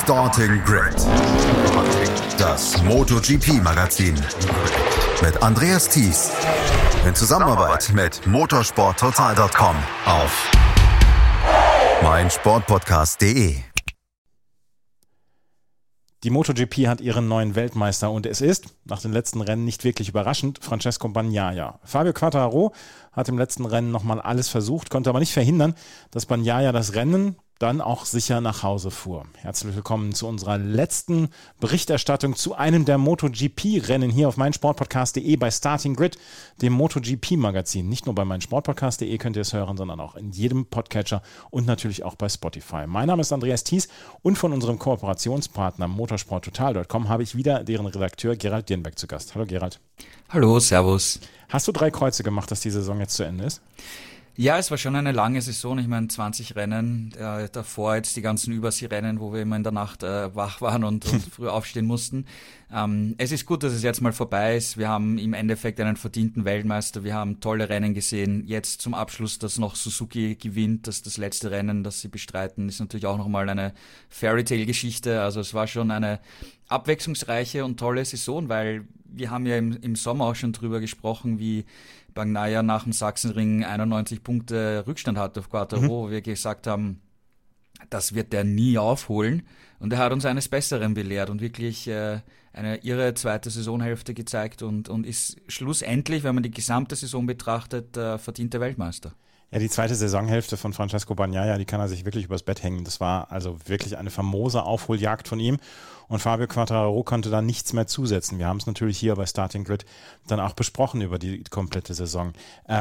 Starting Grid, das MotoGP-Magazin mit Andreas Thies in Zusammenarbeit mit motorsporttotal.com auf meinsportpodcast.de. Die MotoGP hat ihren neuen Weltmeister und es ist, nach den letzten Rennen nicht wirklich überraschend, Francesco Bagnaia. Fabio Quartararo hat im letzten Rennen nochmal alles versucht, konnte aber nicht verhindern, dass Bagnaia das Rennen dann auch sicher nach Hause fuhr. Herzlich willkommen zu unserer letzten Berichterstattung zu einem der MotoGP-Rennen hier auf meinsportpodcast.de bei Starting Grid, dem MotoGP-Magazin. Nicht nur bei meinsportpodcast.de könnt ihr es hören, sondern auch in jedem Podcatcher und natürlich auch bei Spotify. Mein Name ist Andreas Thies und von unserem Kooperationspartner motorsporttotal.com habe ich wieder deren Redakteur Gerald Dirnbeck zu Gast. Hallo Gerald. Hallo, servus. Hast du 3 Kreuze gemacht, dass die Saison jetzt zu Ende ist? Ja, es war schon eine lange Saison. Ich meine, 20 Rennen, davor jetzt die ganzen Überseerennen, wo wir immer in der Nacht wach waren und früh aufstehen mussten. Es ist gut, dass es jetzt mal vorbei ist. Wir haben im Endeffekt einen verdienten Weltmeister. Wir haben tolle Rennen gesehen. Jetzt zum Abschluss, dass noch Suzuki gewinnt, dass das letzte Rennen, das sie bestreiten, ist natürlich auch nochmal eine Fairytale-Geschichte. Also es war schon eine abwechslungsreiche und tolle Saison, weil wir haben ja im Sommer auch schon drüber gesprochen, wie Bagnaia nach dem Sachsenring 91 Punkte Rückstand hat auf Quartararo, wo wir gesagt haben, das wird der nie aufholen. Und er hat uns eines Besseren belehrt und wirklich eine irre zweite Saisonhälfte gezeigt und ist schlussendlich, wenn man die gesamte Saison betrachtet, verdienter Weltmeister. Ja, die zweite Saisonhälfte von Francesco Bagnaia, die kann er sich wirklich übers Bett hängen. Das war also wirklich eine famose Aufholjagd von ihm. Und Fabio Quartararo konnte da nichts mehr zusetzen. Wir haben es natürlich hier bei Starting Grid dann auch besprochen über die komplette Saison.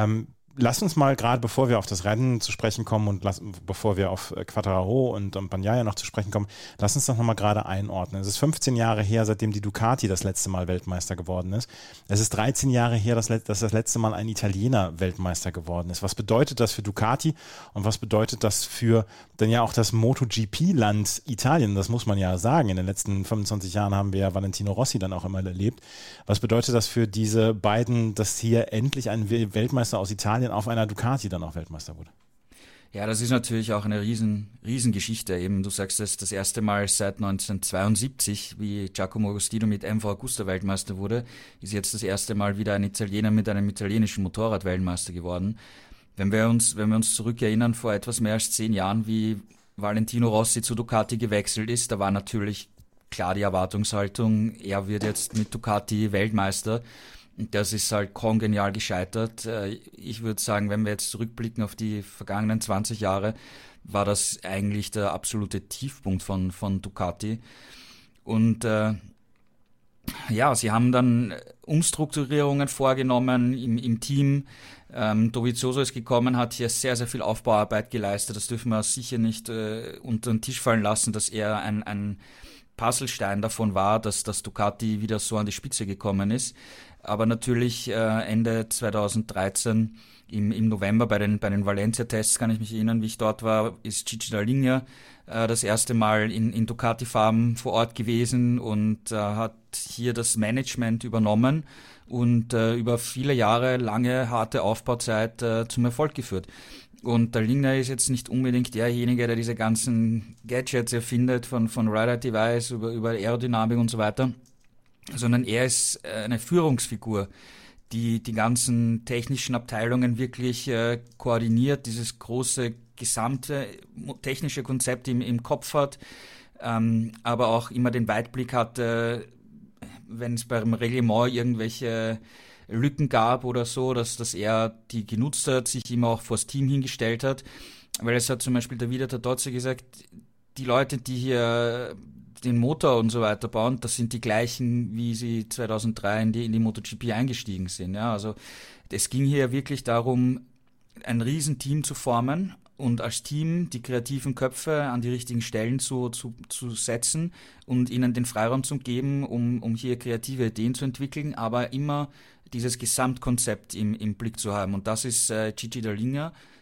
Lass uns mal gerade, bevor wir auf das Rennen zu sprechen kommen und bevor wir auf Quartararo und Bagnaia noch zu sprechen kommen, lass uns doch nochmal gerade einordnen. Es ist 15 Jahre her, seitdem die Ducati das letzte Mal Weltmeister geworden ist. Es ist 13 Jahre her, dass das letzte Mal ein Italiener Weltmeister geworden ist. Was bedeutet das für Ducati und was bedeutet das für dann ja auch das MotoGP-Land Italien? Das muss man ja sagen. In den letzten 25 Jahren haben wir ja Valentino Rossi dann auch immer erlebt. Was bedeutet das für diese beiden, dass hier endlich ein Weltmeister aus Italien auf einer Ducati dann auch Weltmeister wurde? Ja, das ist natürlich auch eine Riesengeschichte. Eben, du sagst es, das erste Mal seit 1972, wie Giacomo Agostino mit MV Agusta Weltmeister wurde, ist jetzt das erste Mal wieder ein Italiener mit einem italienischen Motorrad Weltmeister geworden. Wenn wir uns zurückerinnern, vor etwas mehr als 10 Jahren, wie Valentino Rossi zu Ducati gewechselt ist, da war natürlich klar die Erwartungshaltung, er wird jetzt mit Ducati Weltmeister. Das ist halt kongenial gescheitert. Ich würde sagen, wenn wir jetzt zurückblicken auf die vergangenen 20 Jahre, war das eigentlich der absolute Tiefpunkt von Ducati. Und sie haben dann Umstrukturierungen vorgenommen im Team. Dovizioso ist gekommen, hat hier sehr, sehr viel Aufbauarbeit geleistet. Das dürfen wir sicher nicht unter den Tisch fallen lassen, dass er ein Puzzlestein davon war, dass das Ducati wieder so an die Spitze gekommen ist. Aber natürlich Ende 2013 im November bei den Valencia-Tests, kann ich mich erinnern, wie ich dort war, ist Gigi Dall'Igna das erste Mal in Ducati-Farben vor Ort gewesen und hat hier das Management übernommen und über viele Jahre lange harte Aufbauzeit zum Erfolg geführt. Und Dall'Igna ist jetzt nicht unbedingt derjenige, der diese ganzen Gadgets erfindet, von Rider Device über Aerodynamik und so weiter, sondern er ist eine Führungsfigur, die ganzen technischen Abteilungen wirklich koordiniert, dieses große gesamte technische Konzept im Kopf hat, aber auch immer den Weitblick hat, wenn es beim Reglement irgendwelche Lücken gab oder so, dass er die genutzt hat, sich immer auch vors Team hingestellt hat, weil es hat zum Beispiel Davide Tardozzi gesagt, die Leute, die hier den Motor und so weiter bauen, das sind die gleichen, wie sie 2003 in die MotoGP eingestiegen sind. Ja, also es ging hier wirklich darum, ein Riesenteam zu formen und als Team die kreativen Köpfe an die richtigen Stellen zu setzen und ihnen den Freiraum zu geben, um hier kreative Ideen zu entwickeln, aber immer dieses Gesamtkonzept im Blick zu haben. Und das ist Gigi Dall'Igna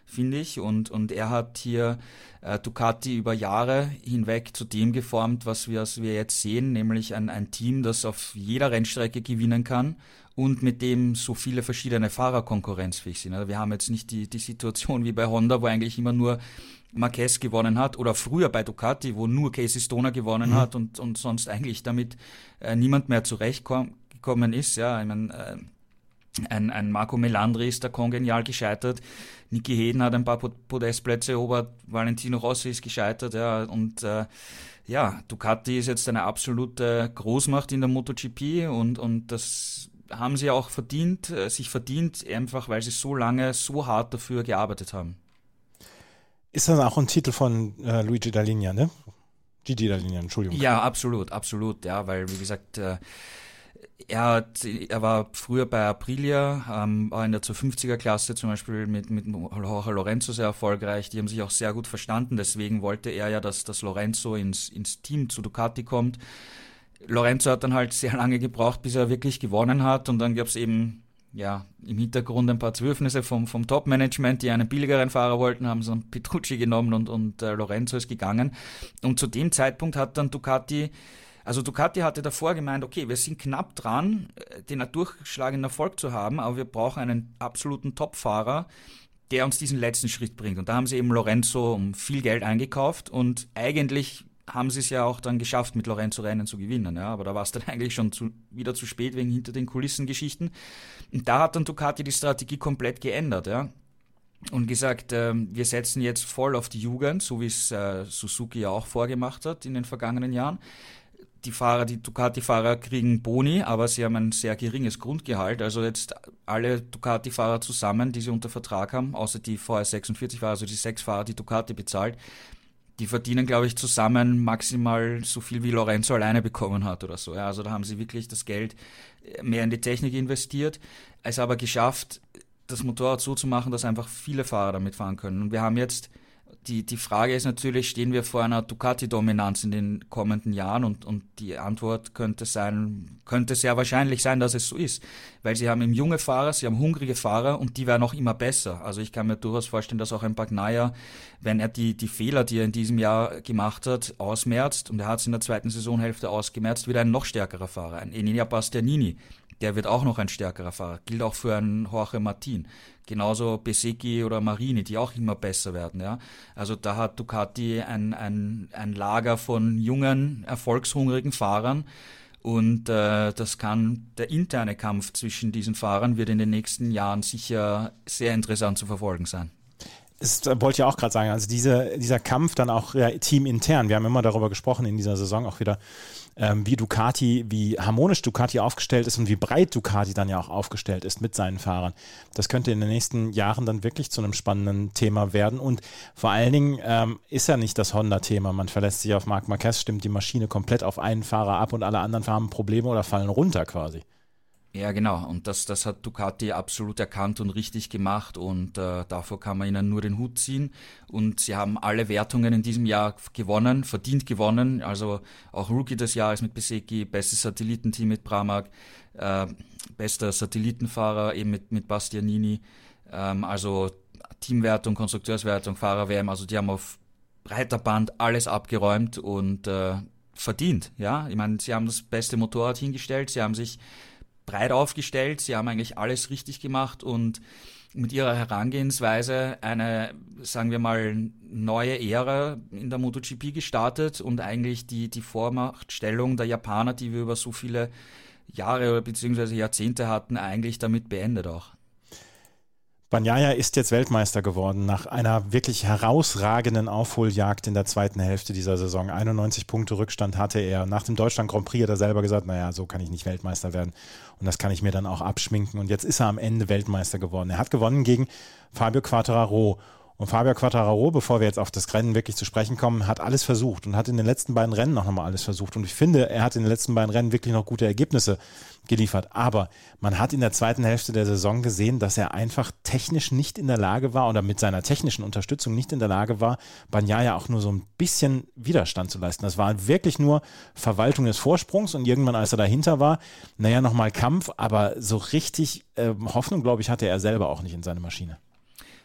finde ich. Und er hat hier Ducati über Jahre hinweg zu dem geformt, was wir jetzt sehen, nämlich ein Team, das auf jeder Rennstrecke gewinnen kann und mit dem so viele verschiedene Fahrer konkurrenzfähig sind. Also wir haben jetzt nicht die Situation wie bei Honda, wo eigentlich immer nur Marquez gewonnen hat, oder früher bei Ducati, wo nur Casey Stoner gewonnen hat und sonst eigentlich damit niemand mehr zurechtgekommen ist. Ja, ich meine, ein Marco Melandri ist da kongenial gescheitert, Niki Heden hat ein paar Podestplätze erobert, Valentino Rossi ist gescheitert, ja, und Ducati ist jetzt eine absolute Großmacht in der MotoGP und das haben sie auch sich verdient, einfach weil sie so lange, so hart dafür gearbeitet haben. Ist das auch ein Titel von Luigi Dall'Igna, ne? Gigi Dall'Igna, Entschuldigung. Ja, absolut, ja, weil, wie gesagt, er war früher bei Aprilia, war in der 250er-Klasse zum Beispiel mit Jorge Lorenzo sehr erfolgreich. Die haben sich auch sehr gut verstanden. Deswegen wollte er ja, dass Lorenzo ins Team zu Ducati kommt. Lorenzo hat dann halt sehr lange gebraucht, bis er wirklich gewonnen hat. Und dann gab es eben im Hintergrund ein paar Zwölfnisse vom Top-Management, die einen billigeren Fahrer wollten, haben sie dann Petrucci genommen und Lorenzo ist gegangen. Und zu dem Zeitpunkt hat dann Ducati hatte davor gemeint, okay, wir sind knapp dran, den durchschlagenden Erfolg zu haben, aber wir brauchen einen absoluten Top-Fahrer, der uns diesen letzten Schritt bringt. Und da haben sie eben Lorenzo um viel Geld eingekauft und eigentlich haben sie es ja auch dann geschafft, mit Lorenzo Rennen zu gewinnen. Ja, aber da war es dann eigentlich schon wieder zu spät wegen hinter den Kulissen-Geschichten. Und da hat dann Ducati die Strategie komplett geändert, ja. Und gesagt, wir setzen jetzt voll auf die Jugend, so wie es Suzuki ja auch vorgemacht hat in den vergangenen Jahren. Die Ducati-Fahrer kriegen Boni, aber sie haben ein sehr geringes Grundgehalt. Also jetzt alle Ducati-Fahrer zusammen, die sie unter Vertrag haben, außer die VR46-Fahrer, also die 6 Fahrer, die Ducati bezahlt, die verdienen, glaube ich, zusammen maximal so viel, wie Lorenzo alleine bekommen hat oder so. Ja, also da haben sie wirklich das Geld mehr in die Technik investiert, es aber geschafft, das Motorrad so zu machen, dass einfach viele Fahrer damit fahren können. Und wir haben jetzt, die Frage ist natürlich, stehen wir vor einer Ducati-Dominanz in den kommenden Jahren? Und die Antwort könnte sehr wahrscheinlich sein, dass es so ist. Weil sie haben eben junge Fahrer, sie haben hungrige Fahrer und die werden auch immer besser. Also ich kann mir durchaus vorstellen, dass auch ein Bagnaia, wenn er die Fehler, die er in diesem Jahr gemacht hat, ausmerzt, und er hat es in der zweiten Saisonhälfte ausgemerzt, wieder ein noch stärkerer Fahrer, ein Enea Bastianini. Der wird auch noch ein stärkerer Fahrer. Gilt auch für einen Jorge Martin. Genauso Bezzecchi oder Marini, die auch immer besser werden. Ja. Also da hat Ducati ein Lager von jungen, erfolgshungrigen Fahrern. Und der interne Kampf zwischen diesen Fahrern wird in den nächsten Jahren sicher sehr interessant zu verfolgen sein. Das wollte ich auch gerade sagen, also dieser Kampf dann auch teamintern, wir haben immer darüber gesprochen in dieser Saison auch wieder, wie harmonisch Ducati aufgestellt ist und wie breit Ducati dann ja auch aufgestellt ist mit seinen Fahrern. Das könnte in den nächsten Jahren dann wirklich zu einem spannenden Thema werden und vor allen Dingen ist ja nicht das Honda-Thema, man verlässt sich auf Marc Marquez, stimmt die Maschine komplett auf einen Fahrer ab und alle anderen haben Probleme oder fallen runter quasi. Ja, genau. Und das hat Ducati absolut erkannt und richtig gemacht und davor kann man ihnen nur den Hut ziehen. Und sie haben alle Wertungen in diesem Jahr gewonnen, verdient gewonnen. Also auch Rookie des Jahres mit Bezzecchi, bestes Satellitenteam mit Pramac, bester Satellitenfahrer eben mit Bastianini. Also Teamwertung, Konstrukteurswertung, Fahrer-WM. Also die haben auf breiter Band alles abgeräumt und verdient. Ja, ich meine, sie haben das beste Motorrad hingestellt, sie haben sich breit aufgestellt, sie haben eigentlich alles richtig gemacht und mit ihrer Herangehensweise eine, sagen wir mal, neue Ära in der MotoGP gestartet und eigentlich die Vormachtstellung der Japaner, die wir über so viele Jahre bzw. Jahrzehnte hatten, eigentlich damit beendet auch. Bagnaia ist jetzt Weltmeister geworden nach einer wirklich herausragenden Aufholjagd in der zweiten Hälfte dieser Saison. 91 Punkte Rückstand hatte er. Nach dem Deutschland Grand Prix hat er selber gesagt, naja, so kann ich nicht Weltmeister werden und das kann ich mir dann auch abschminken. Und jetzt ist er am Ende Weltmeister geworden. Er hat gewonnen gegen Fabio Quartararo. Und Fabio Quartararo, bevor wir jetzt auf das Rennen wirklich zu sprechen kommen, hat alles versucht und hat in den letzten beiden Rennen auch nochmal alles versucht. Und ich finde, er hat in den letzten beiden Rennen wirklich noch gute Ergebnisse geliefert. Aber man hat in der zweiten Hälfte der Saison gesehen, dass er einfach technisch nicht in der Lage war oder mit seiner technischen Unterstützung nicht in der Lage war, Bagnaia auch nur so ein bisschen Widerstand zu leisten. Das war wirklich nur Verwaltung des Vorsprungs und irgendwann, als er dahinter war, nochmal Kampf. Aber so richtig Hoffnung, glaube ich, hatte er selber auch nicht in seine Maschine.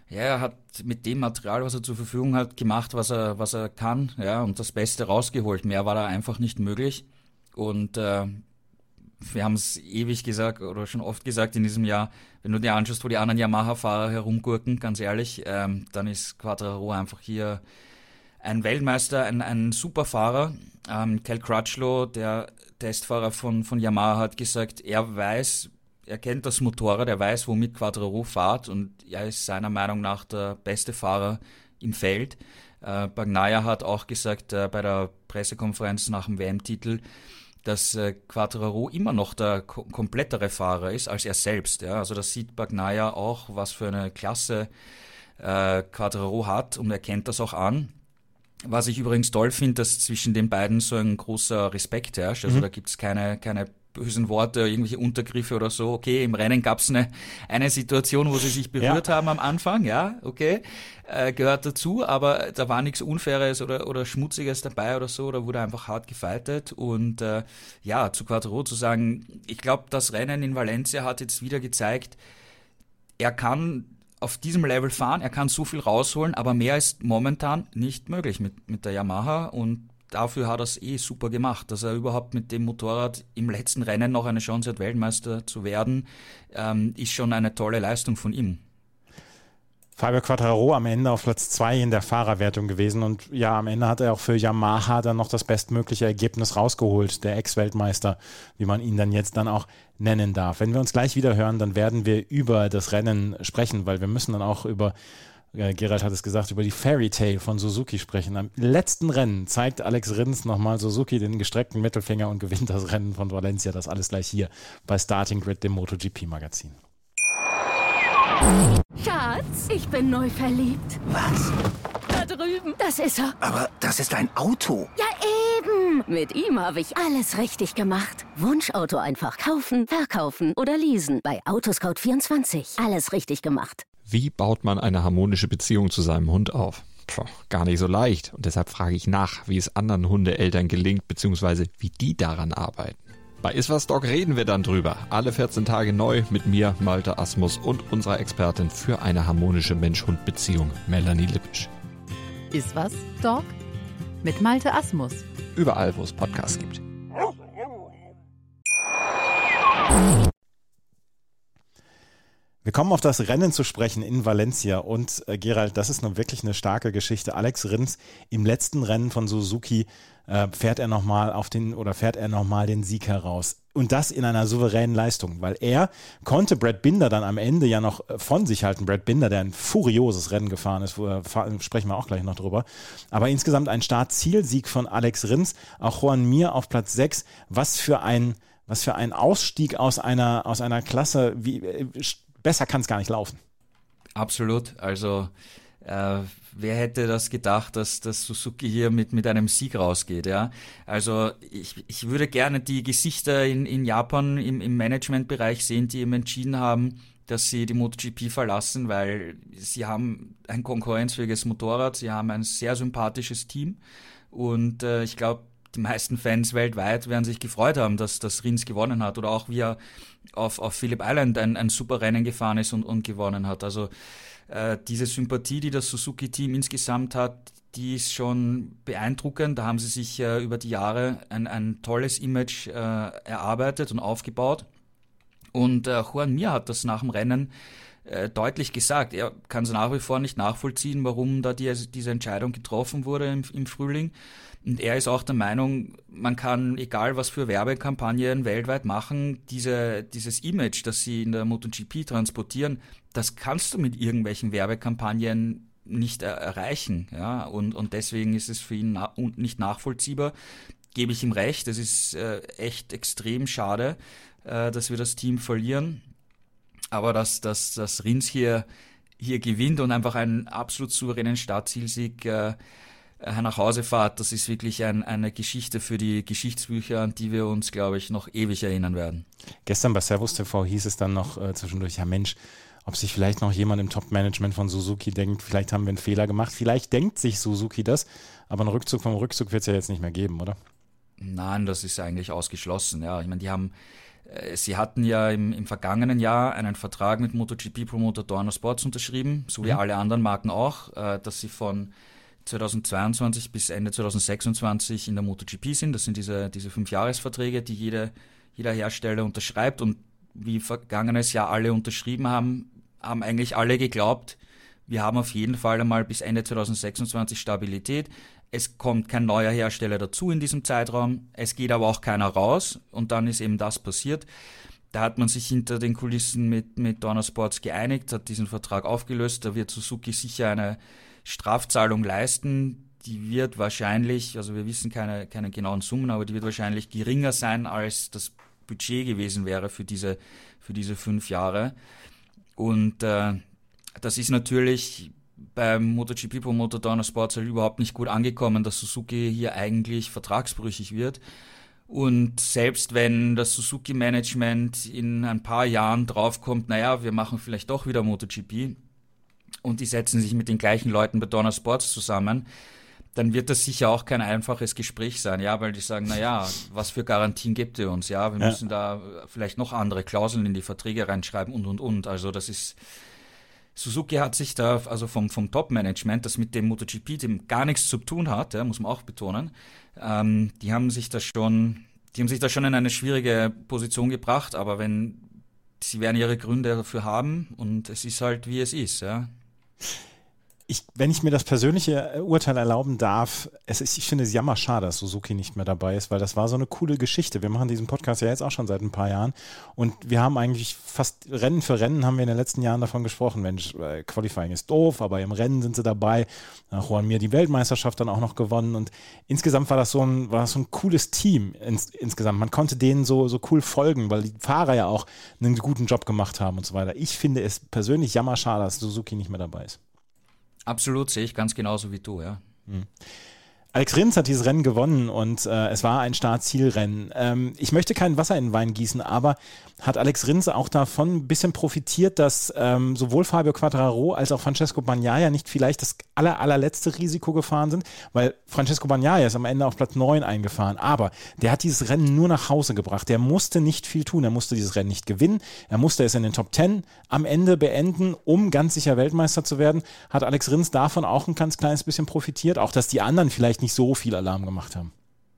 Ja, er hat mit dem Material, was er zur Verfügung hat, gemacht, was er kann, ja, und das Beste rausgeholt. Mehr war da einfach nicht möglich. Und wir haben es ewig gesagt oder schon oft gesagt in diesem Jahr, wenn du dir anschaust, wo die anderen Yamaha-Fahrer herumgurken, ganz ehrlich, dann ist Quartararo einfach hier ein Weltmeister, ein super Fahrer. Cal Crutchlow, der Testfahrer von Yamaha, hat gesagt, er kennt das Motorrad, er weiß, womit Quartararo fährt und er ist seiner Meinung nach der beste Fahrer im Feld. Bagnaia hat auch gesagt bei der Pressekonferenz nach dem WM-Titel, dass Quartararo immer noch der komplettere Fahrer ist als er selbst. Ja? Also das sieht Bagnaia auch, was für eine Klasse Quartararo hat und er kennt das auch an. Was ich übrigens toll finde, dass zwischen den beiden so ein großer Respekt herrscht. Also da gibt es keine bösen Worte, irgendwelche Untergriffe oder so. Okay, im Rennen gab es eine Situation, wo sie sich berührt haben am Anfang, ja, okay, gehört dazu, aber da war nichts Unfaires oder Schmutziges dabei oder so, da wurde einfach hart gefightet und zu Quartararo zu sagen, ich glaube, das Rennen in Valencia hat jetzt wieder gezeigt, er kann auf diesem Level fahren, er kann so viel rausholen, aber mehr ist momentan nicht möglich mit der Yamaha und dafür hat er es super gemacht, dass er überhaupt mit dem Motorrad im letzten Rennen noch eine Chance hat, Weltmeister zu werden, ist schon eine tolle Leistung von ihm. Fabio Quartararo am Ende auf Platz 2 in der Fahrerwertung gewesen und ja, am Ende hat er auch für Yamaha dann noch das bestmögliche Ergebnis rausgeholt, der Ex-Weltmeister, wie man ihn dann jetzt dann auch nennen darf. Wenn wir uns gleich wieder hören, dann werden wir über das Rennen sprechen, weil wir müssen dann auch über, Gerald hat es gesagt, über die Fairy Tale von Suzuki sprechen. Am letzten Rennen zeigt Alex Rins nochmal Suzuki den gestreckten Mittelfinger und gewinnt das Rennen von Valencia. Das alles gleich hier bei Starting Grid, dem MotoGP-Magazin. Schatz, ich bin neu verliebt. Was? Da drüben. Das ist er. Aber das ist ein Auto. Ja, eben. Mit ihm habe ich alles richtig gemacht. Wunschauto einfach kaufen, verkaufen oder leasen. Bei Autoscout24. Alles richtig gemacht. Wie baut man eine harmonische Beziehung zu seinem Hund auf? Gar nicht so leicht. Und deshalb frage ich nach, wie es anderen Hundeeltern gelingt, beziehungsweise wie die daran arbeiten. Bei Iswas Dog reden wir dann drüber. Alle 14 Tage neu mit mir, Malte Asmus und unserer Expertin für eine harmonische Mensch-Hund-Beziehung, Melanie Lippisch. Iswas Dog mit Malte Asmus. Überall, wo es Podcasts gibt. Wir kommen auf das Rennen zu sprechen in Valencia und Gerald, das ist nun wirklich eine starke Geschichte. Alex Rins im letzten Rennen von Suzuki fährt er nochmal den Sieg heraus. Und das in einer souveränen Leistung, weil er konnte Brad Binder dann am Ende ja noch von sich halten. Brad Binder, der ein furioses Rennen gefahren ist, sprechen wir auch gleich noch drüber. Aber insgesamt ein Start-Ziel-Sieg von Alex Rins, auch Joan Mir auf Platz 6. Was für ein Ausstieg aus einer Klasse, besser kann es gar nicht laufen. Absolut, also wer hätte das gedacht, dass Suzuki hier mit einem Sieg rausgeht, ja? Also ich würde gerne die Gesichter in Japan im Managementbereich sehen, die eben entschieden haben, dass sie die MotoGP verlassen, weil sie haben ein konkurrenzfähiges Motorrad, sie haben ein sehr sympathisches Team und ich glaube, die meisten Fans weltweit werden sich gefreut haben, dass Rins gewonnen hat oder auch wie er auf Phillip Island ein super Rennen gefahren ist und gewonnen hat. Also diese Sympathie, die das Suzuki-Team insgesamt hat, die ist schon beeindruckend. Da haben sie sich über die Jahre ein tolles Image erarbeitet und aufgebaut. Und Joan Mir hat das nach dem Rennen deutlich gesagt. Er kann es nach wie vor nicht nachvollziehen, warum da diese Entscheidung getroffen wurde im Frühling. Und er ist auch der Meinung, man kann, egal was für Werbekampagnen weltweit machen, dieses Image, das sie in der MotoGP transportieren, das kannst du mit irgendwelchen Werbekampagnen nicht erreichen. Ja? Und deswegen ist es für ihn nicht nachvollziehbar. Gebe ich ihm recht, es ist echt extrem schade, dass wir das Team verlieren. Aber dass Rins hier gewinnt und einfach einen absolut souveränen Startzielsieg nach Hause fahrt, das ist wirklich eine Geschichte für die Geschichtsbücher, an die wir uns, glaube ich, noch ewig erinnern werden. Gestern bei Servus TV hieß es dann noch zwischendurch, ja Mensch, ob sich vielleicht noch jemand im Top-Management von Suzuki denkt, vielleicht haben wir einen Fehler gemacht, vielleicht denkt sich Suzuki das, aber einen Rückzug vom Rückzug wird es ja jetzt nicht mehr geben, oder? Nein, das ist eigentlich ausgeschlossen. Ja, ich meine, sie hatten ja im vergangenen Jahr einen Vertrag mit MotoGP-Promoter Dorna Sports unterschrieben, so wie alle anderen Marken auch, dass sie von 2022 bis Ende 2026 in der MotoGP sind. Das sind diese 5-Jahres-Verträge, die jeder Hersteller unterschreibt, und wie vergangenes Jahr alle unterschrieben haben eigentlich alle geglaubt, wir haben auf jeden Fall einmal bis Ende 2026 Stabilität. Es kommt kein neuer Hersteller dazu in diesem Zeitraum, es geht aber auch keiner raus, und dann ist eben das passiert. Da hat man sich hinter den Kulissen mit Dorna Sports geeinigt, hat diesen Vertrag aufgelöst. Da wird Suzuki sicher eine Strafzahlung leisten. Die wird wahrscheinlich, also wir wissen keine genauen Summen, aber die wird wahrscheinlich geringer sein, als das Budget gewesen wäre für diese 5 Jahre. Und das ist natürlich beim MotoGP-Promoter Dorna Sports halt überhaupt nicht gut angekommen, dass Suzuki hier eigentlich vertragsbrüchig wird. Und selbst wenn das Suzuki-Management in ein paar Jahren draufkommt, naja, wir machen vielleicht doch wieder MotoGP, und die setzen sich mit den gleichen Leuten bei Dorna Sports zusammen, dann wird das sicher auch kein einfaches Gespräch sein, ja, weil die sagen, naja, was für Garantien gebt ihr uns, ja, wir müssen da vielleicht noch andere Klauseln in die Verträge reinschreiben und. Also das ist, Suzuki hat sich da, also vom Top-Management, das mit dem MotoGP-Team gar nichts zu tun hat, ja, muss man auch betonen, die haben sich da schon in eine schwierige Position gebracht, aber sie werden ihre Gründe dafür haben, und es ist halt, wie es ist, ja. Wenn ich mir das persönliche Urteil erlauben darf, ich finde es jammerschade, dass Suzuki nicht mehr dabei ist, weil das war so eine coole Geschichte. Wir machen diesen Podcast ja jetzt auch schon seit ein paar Jahren, und wir haben eigentlich fast Rennen für Rennen haben wir in den letzten Jahren davon gesprochen, Mensch, Qualifying ist doof, aber im Rennen sind sie dabei. Juan Mir die Weltmeisterschaft dann auch noch gewonnen, und insgesamt war das so ein cooles Team insgesamt. Man konnte denen so cool folgen, weil die Fahrer ja auch einen guten Job gemacht haben und so weiter. Ich finde es persönlich jammerschade, dass Suzuki nicht mehr dabei ist. Absolut, sehe ich ganz genauso wie du, ja. Alex Rins hat dieses Rennen gewonnen, und es war ein Start-Ziel-Rennen. Ich möchte kein Wasser in den Wein gießen, aber hat Alex Rins auch davon ein bisschen profitiert, dass sowohl Fabio Quartararo als auch Francesco Bagnaia nicht vielleicht das allerletzte Risiko gefahren sind, weil Francesco Bagnaia ist am Ende auf Platz 9 eingefahren, aber der hat dieses Rennen nur nach Hause gebracht. Der musste nicht viel tun, er musste dieses Rennen nicht gewinnen, er musste es in den Top 10 am Ende beenden, um ganz sicher Weltmeister zu werden. Hat Alex Rins davon auch ein ganz kleines bisschen profitiert, auch dass die anderen vielleicht nicht so viel Alarm gemacht haben?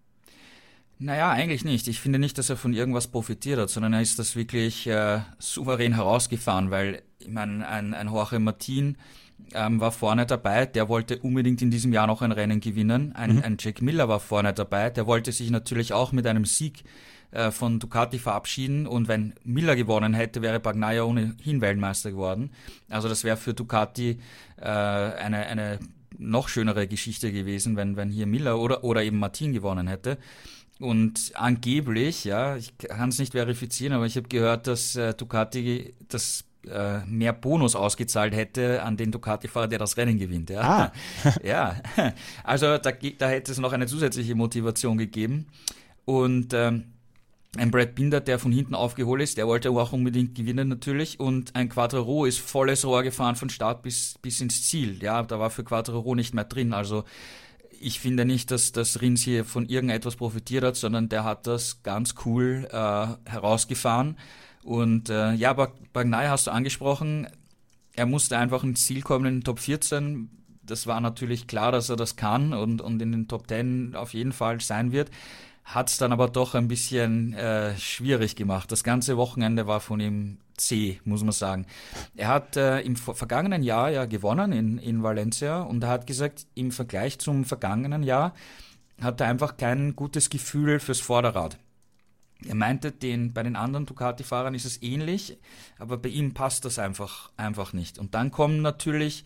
Naja, eigentlich nicht. Ich finde nicht, dass er von irgendwas profitiert hat, sondern er ist das wirklich souverän herausgefahren, weil, ich meine, ein Jorge Martin war vorne dabei, der wollte unbedingt in diesem Jahr noch ein Rennen gewinnen. Ein Jack Miller war vorne dabei, der wollte sich natürlich auch mit einem Sieg von Ducati verabschieden, und wenn Miller gewonnen hätte, wäre Bagnaia ohnehin Weltmeister geworden. Also das wäre für Ducati eine noch schönere Geschichte gewesen, wenn hier Miller oder eben Martin gewonnen hätte. Und angeblich, ja, ich kann es nicht verifizieren, aber ich habe gehört, dass Ducati das mehr Bonus ausgezahlt hätte an den Ducati-Fahrer, der das Rennen gewinnt. Ja, ja. Also da hätte es noch eine zusätzliche Motivation gegeben. Und ein Brad Binder, der von hinten aufgeholt ist, der wollte auch unbedingt gewinnen natürlich, und ein Quartararo ist volles Rohr gefahren von Start bis ins Ziel. Ja, da war für Quartararo nicht mehr drin. Also ich finde nicht, dass das Rins hier von irgendetwas profitiert hat, sondern der hat das ganz cool herausgefahren. Und ja, aber Bagnaia hast du angesprochen, er musste einfach ins Ziel kommen in den Top 14. Das war natürlich klar, dass er das kann und in den Top 10 auf jeden Fall sein wird. Hat es dann aber doch ein bisschen schwierig gemacht. Das ganze Wochenende war von ihm zäh, muss man sagen. Er hat im vergangenen Jahr ja gewonnen in Valencia, und er hat gesagt, im Vergleich zum vergangenen Jahr hat er einfach kein gutes Gefühl fürs Vorderrad. Er meinte, bei den anderen Ducati-Fahrern ist es ähnlich, aber bei ihm passt das einfach nicht. Und dann kommen natürlich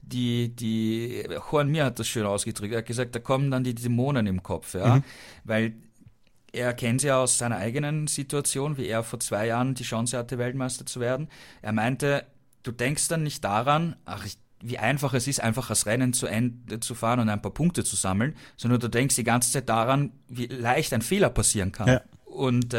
Juan Mir hat das schön ausgedrückt, er hat gesagt, da kommen dann die Dämonen im Kopf, ja, weil er kennt ja aus seiner eigenen Situation, wie er vor 2 Jahren die Chance hatte, Weltmeister zu werden. Er meinte, du denkst dann nicht daran, wie einfach es ist, einfach das Rennen zu Ende zu fahren und ein paar Punkte zu sammeln, sondern du denkst die ganze Zeit daran, wie leicht ein Fehler passieren kann. Ja. Und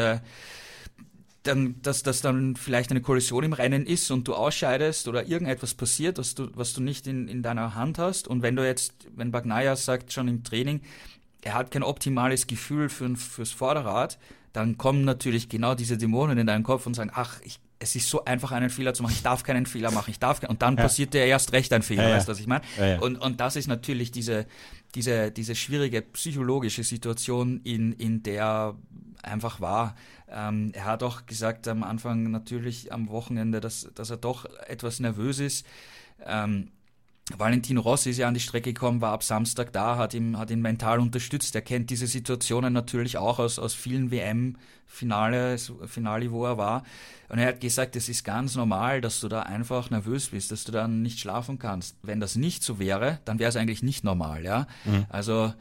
dass dann vielleicht eine Kollision im Rennen ist und du ausscheidest oder irgendetwas passiert, was du nicht in deiner Hand hast. Und wenn Bagnaia sagt schon im Training, er hat kein optimales Gefühl fürs Vorderrad, dann kommen natürlich genau diese Dämonen in deinen Kopf und sagen, es ist so einfach, einen Fehler zu machen, ich darf keinen Fehler machen, und dann passiert dir erst recht ein Fehler, weißt du, was ich meine? Ja. Und das ist natürlich diese schwierige psychologische Situation, in der einfach war. Er hat auch gesagt am Anfang, natürlich am Wochenende, dass er doch etwas nervös ist. Valentino Rossi ist ja an die Strecke gekommen, war ab Samstag da, hat ihn mental unterstützt. Er kennt diese Situationen natürlich auch aus vielen WM-Finale, wo er war. Und er hat gesagt, es ist ganz normal, dass du da einfach nervös bist, dass du dann nicht schlafen kannst. Wenn das nicht so wäre, dann wäre es eigentlich nicht normal, ja. Mhm. Also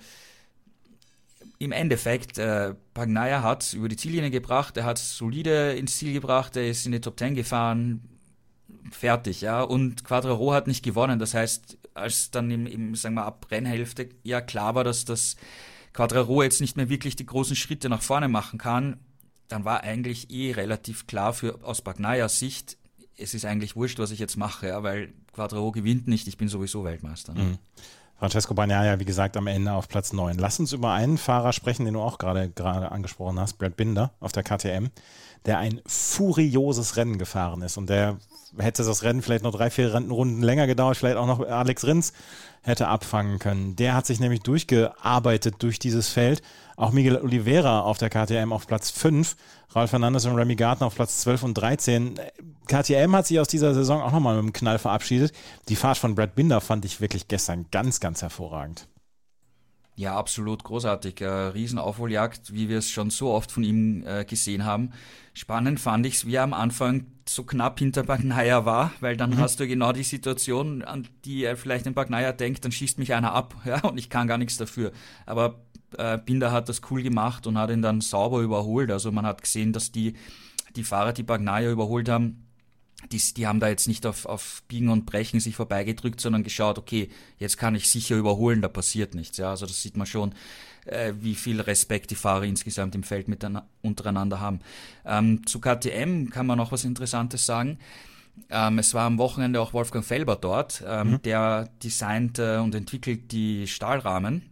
im Endeffekt, Bagnaia hat es über die Ziellinie gebracht, er hat es solide ins Ziel gebracht, er ist in die Top 10 gefahren, fertig, ja, und Quartararo hat nicht gewonnen, das heißt, als dann sagen wir ab Rennhälfte ja klar war, dass das Quartararo jetzt nicht mehr wirklich die großen Schritte nach vorne machen kann, dann war eigentlich relativ klar aus Bagnaias Sicht, es ist eigentlich wurscht, was ich jetzt mache, ja, weil Quartararo gewinnt nicht, ich bin sowieso Weltmeister. Ne? Mhm. Francesco Bagnaia, wie gesagt, am Ende auf Platz 9. Lass uns über einen Fahrer sprechen, den du auch gerade angesprochen hast, Brad Binder auf der KTM, der ein furioses Rennen gefahren ist und der hätte das Rennen vielleicht noch 3-4 Runden länger gedauert, vielleicht auch noch Alex Rins hätte abfangen können. Der hat sich nämlich durchgearbeitet durch dieses Feld. Auch Miguel Oliveira auf der KTM auf Platz 5, Raul Fernandes und Remy Gardner auf Platz 12 und 13. KTM hat sich aus dieser Saison auch nochmal mit einem Knall verabschiedet. Die Fahrt von Brad Binder fand ich wirklich gestern ganz, ganz hervorragend. Ja, absolut großartig. Riesenaufholjagd, wie wir es schon so oft von ihm gesehen haben. Spannend fand ich es, wie er am Anfang so knapp hinter Bagnaia war, weil dann hast du genau die Situation, an die er vielleicht in Bagnaia denkt, dann schießt mich einer ab, ja, und ich kann gar nichts dafür. Aber Binder hat das cool gemacht und hat ihn dann sauber überholt. Also man hat gesehen, dass die Fahrer, die Bagnaia überholt haben, die haben da jetzt nicht auf Biegen und Brechen sich vorbeigedrückt, sondern geschaut, okay, jetzt kann ich sicher überholen, da passiert nichts. Ja, also das sieht man schon, wie viel Respekt die Fahrer insgesamt im Feld untereinander haben. Zu KTM kann man noch was Interessantes sagen. Es war am Wochenende auch Wolfgang Felber dort, der designt und entwickelt die Stahlrahmen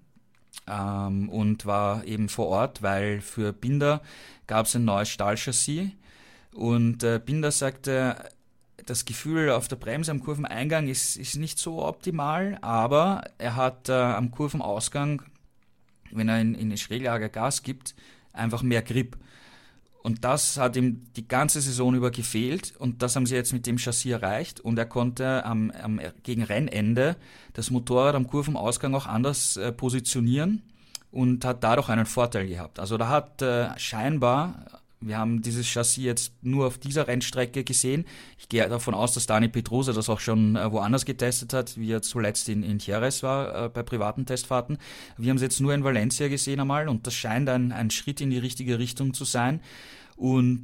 und war eben vor Ort, weil für Binder gab es ein neues Stahlchassis und Binder sagte, das Gefühl auf der Bremse am Kurveneingang ist nicht so optimal, aber er hat am Kurvenausgang, wenn er in die Schräglage Gas gibt, einfach mehr Grip. Und das hat ihm die ganze Saison über gefehlt und das haben sie jetzt mit dem Chassis erreicht und er konnte gegen Rennende das Motorrad am Kurvenausgang auch anders positionieren und hat dadurch einen Vorteil gehabt. Also da hat scheinbar, wir haben dieses Chassis jetzt nur auf dieser Rennstrecke gesehen. Ich gehe davon aus, dass Dani Pedrosa das auch schon woanders getestet hat, wie er zuletzt in Jerez war, bei privaten Testfahrten. Wir haben es jetzt nur in Valencia gesehen einmal und das scheint ein Schritt in die richtige Richtung zu sein. Und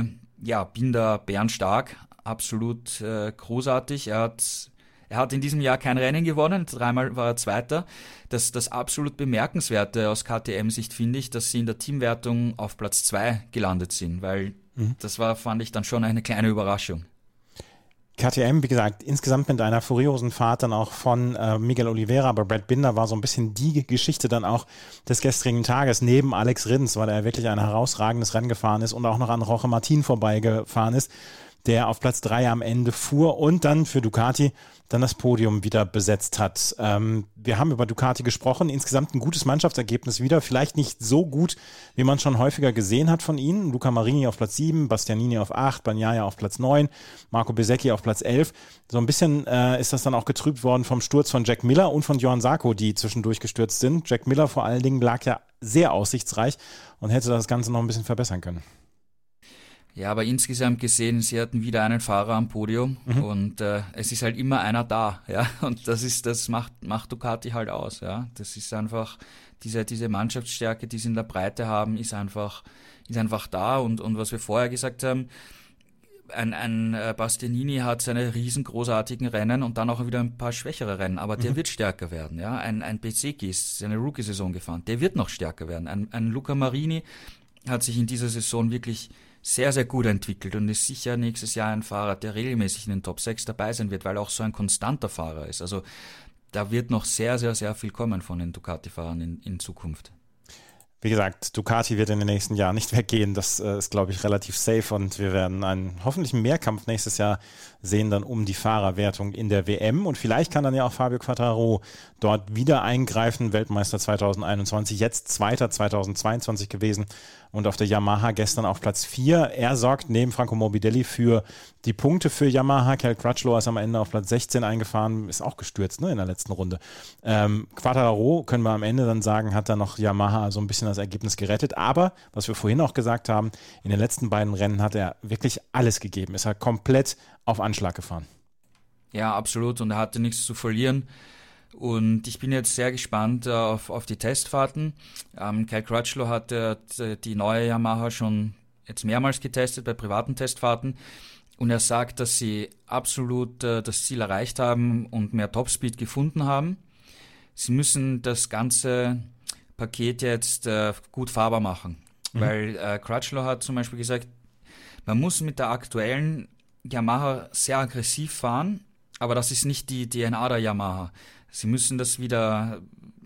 Binder bärenstark, absolut großartig. Er hat in diesem Jahr kein Rennen gewonnen, 3-mal war er Zweiter. Das absolut Bemerkenswerte aus KTM-Sicht finde ich, dass sie in der Teamwertung auf Platz 2 gelandet sind, weil das fand ich dann schon eine kleine Überraschung. KTM, wie gesagt, insgesamt mit einer furiosen Fahrt dann auch von Miguel Oliveira, aber Brad Binder war so ein bisschen die Geschichte dann auch des gestrigen Tages, neben Alex Rins, weil er wirklich ein herausragendes Rennen gefahren ist und auch noch an Jorge Martin vorbeigefahren ist, der auf Platz 3 am Ende fuhr und dann für Ducati dann das Podium wieder besetzt hat. Wir haben über Ducati gesprochen, insgesamt ein gutes Mannschaftsergebnis wieder, vielleicht nicht so gut, wie man schon häufiger gesehen hat von ihnen. Luca Marini auf Platz 7, Bastianini auf 8, Bagnaia auf Platz 9, Marco Bezzecchi auf Platz 11. So ein bisschen ist das dann auch getrübt worden vom Sturz von Jack Miller und von Johann Sarko, die zwischendurch gestürzt sind. Jack Miller vor allen Dingen lag ja sehr aussichtsreich und hätte das Ganze noch ein bisschen verbessern können. Ja, aber insgesamt gesehen, sie hatten wieder einen Fahrer am Podium und es ist halt immer einer da, ja, und das macht Ducati halt aus, ja. Das ist einfach diese Mannschaftsstärke, die sie in der Breite haben, ist einfach da und was wir vorher gesagt haben, ein Bastianini hat seine riesengroßartigen Rennen und dann auch wieder ein paar schwächere Rennen, aber der wird stärker werden, ja. Ein Bezzecchi ist seine Rookie-Saison gefahren, der wird noch stärker werden. Ein Luca Marini hat sich in dieser Saison wirklich sehr, sehr gut entwickelt und ist sicher nächstes Jahr ein Fahrer, der regelmäßig in den Top 6 dabei sein wird, weil er auch so ein konstanter Fahrer ist. Also da wird noch sehr, sehr, sehr viel kommen von den Ducati-Fahrern in Zukunft. Wie gesagt, Ducati wird in den nächsten Jahren nicht weggehen. Das ist, glaube ich, relativ safe und wir werden einen hoffentlichen Mehrkampf nächstes Jahr sehen dann um die Fahrerwertung in der WM und vielleicht kann dann ja auch Fabio Quartararo dort wieder eingreifen. Weltmeister 2021, jetzt Zweiter 2022 gewesen und auf der Yamaha gestern auf Platz 4. Er sorgt neben Franco Morbidelli für die Punkte für Yamaha. Cal Crutchlow ist am Ende auf Platz 16 eingefahren, ist auch gestürzt, ne, in der letzten Runde. Quartararo, können wir am Ende dann sagen, hat dann noch Yamaha so ein bisschen das Ergebnis gerettet. Aber, was wir vorhin auch gesagt haben, in den letzten beiden Rennen hat er wirklich alles gegeben. Ist er komplett auf Anschlag gefahren. Ja, absolut. Und er hatte nichts zu verlieren. Und ich bin jetzt sehr gespannt auf die Testfahrten. Cal Crutchlow hat die neue Yamaha schon jetzt mehrmals getestet bei privaten Testfahrten. Und er sagt, dass sie absolut das Ziel erreicht haben und mehr Topspeed gefunden haben. Sie müssen das ganze Paket jetzt gut fahrbar machen. Weil Crutchlow hat zum Beispiel gesagt, man muss mit der aktuellen Yamaha sehr aggressiv fahren, aber das ist nicht die DNA der Yamaha. Sie müssen das wieder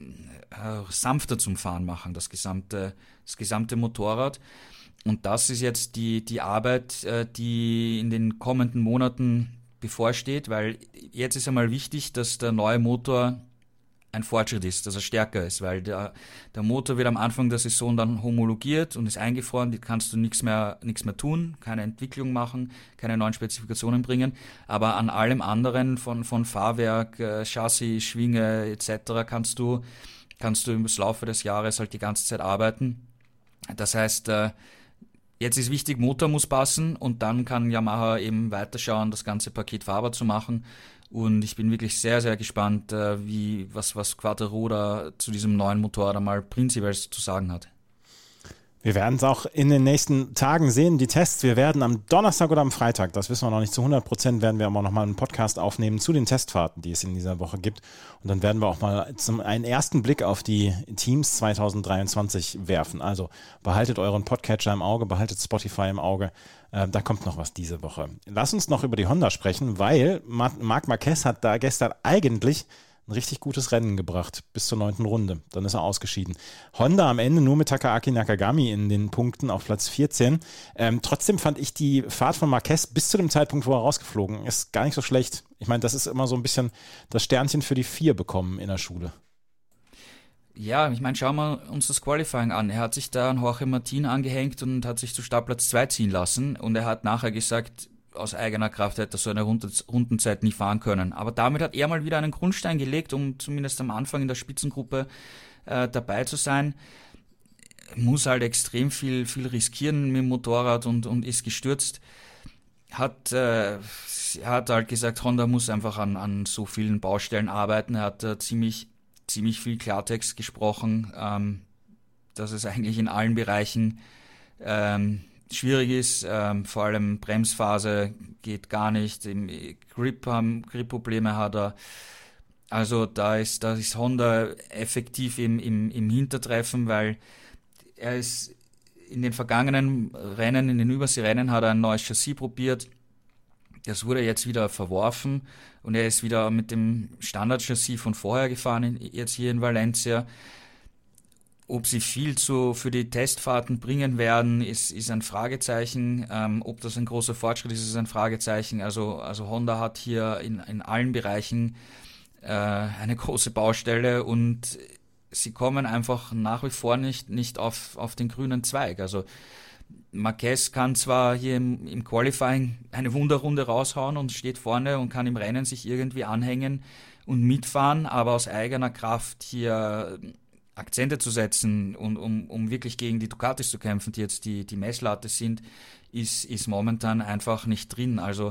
sanfter zum Fahren machen, das gesamte Motorrad. Und das ist jetzt die Arbeit, die in den kommenden Monaten bevorsteht, weil jetzt ist einmal wichtig, dass der neue Motor ein Fortschritt ist, dass er stärker ist, weil der Motor wird am Anfang der Saison dann homologiert und ist eingefroren, die kannst du nichts mehr tun, keine Entwicklung machen, keine neuen Spezifikationen bringen, aber an allem anderen von Fahrwerk, Chassis, Schwinge etc. kannst du im Laufe des Jahres halt die ganze Zeit arbeiten. Das heißt, jetzt ist wichtig, Motor muss passen und dann kann Yamaha eben weiterschauen, das ganze Paket fahrbar zu machen. Und ich bin wirklich sehr, sehr gespannt, was Quartararo da zu diesem neuen Motorrad einmal prinzipiell zu sagen hat. Wir werden es auch in den nächsten Tagen sehen, die Tests. Wir werden am Donnerstag oder am Freitag, das wissen wir noch nicht zu 100%, werden wir aber nochmal einen Podcast aufnehmen zu den Testfahrten, die es in dieser Woche gibt. Und dann werden wir auch mal einen ersten Blick auf die Teams 2023 werfen. Also behaltet euren Podcatcher im Auge, behaltet Spotify im Auge. Da kommt noch was diese Woche. Lass uns noch über die Honda sprechen, weil Marc Marquez hat da gestern eigentlich ein richtig gutes Rennen gebracht, bis zur 9. Runde. Dann ist er ausgeschieden. Honda am Ende nur mit Takaaki Nakagami in den Punkten auf Platz 14. Trotzdem fand ich die Fahrt von Marquez bis zu dem Zeitpunkt, wo er rausgeflogen ist, gar nicht so schlecht. Ich meine, das ist immer so ein bisschen das Sternchen für die 4 bekommen in der Schule. Ja, ich meine, schauen wir uns das Qualifying an. Er hat sich da an Jorge Martin angehängt und hat sich zu Startplatz 2 ziehen lassen. Und er hat nachher gesagt, aus eigener Kraft hätte er so eine Rundenzeit nie fahren können. Aber damit hat er mal wieder einen Grundstein gelegt, um zumindest am Anfang in der Spitzengruppe dabei zu sein. Muss halt extrem viel riskieren mit dem Motorrad und ist gestürzt. Hat halt gesagt, Honda muss einfach an so vielen Baustellen arbeiten. Er hat ziemlich viel Klartext gesprochen, dass es eigentlich in allen Bereichen schwierig ist, vor allem Bremsphase geht gar nicht, im Grip-Probleme hat er. Also da ist Honda effektiv im Hintertreffen, weil er ist in den vergangenen Rennen, in den Überseerennen hat er ein neues Chassis probiert. Das wurde jetzt wieder verworfen und er ist wieder mit dem Standardchassis von vorher gefahren, jetzt hier in Valencia. Ob sie viel für die Testfahrten bringen werden, ist ein Fragezeichen. Ob das ein großer Fortschritt ist ein Fragezeichen. Also Honda hat hier in allen Bereichen eine große Baustelle und sie kommen einfach nach wie vor nicht auf den grünen Zweig. Also Marquez kann zwar hier im Qualifying eine Wunderrunde raushauen und steht vorne und kann im Rennen sich irgendwie anhängen und mitfahren, aber aus eigener Kraft hier Akzente zu setzen und um wirklich gegen die Ducatis zu kämpfen, die jetzt die Messlatte sind, ist momentan einfach nicht drin. Also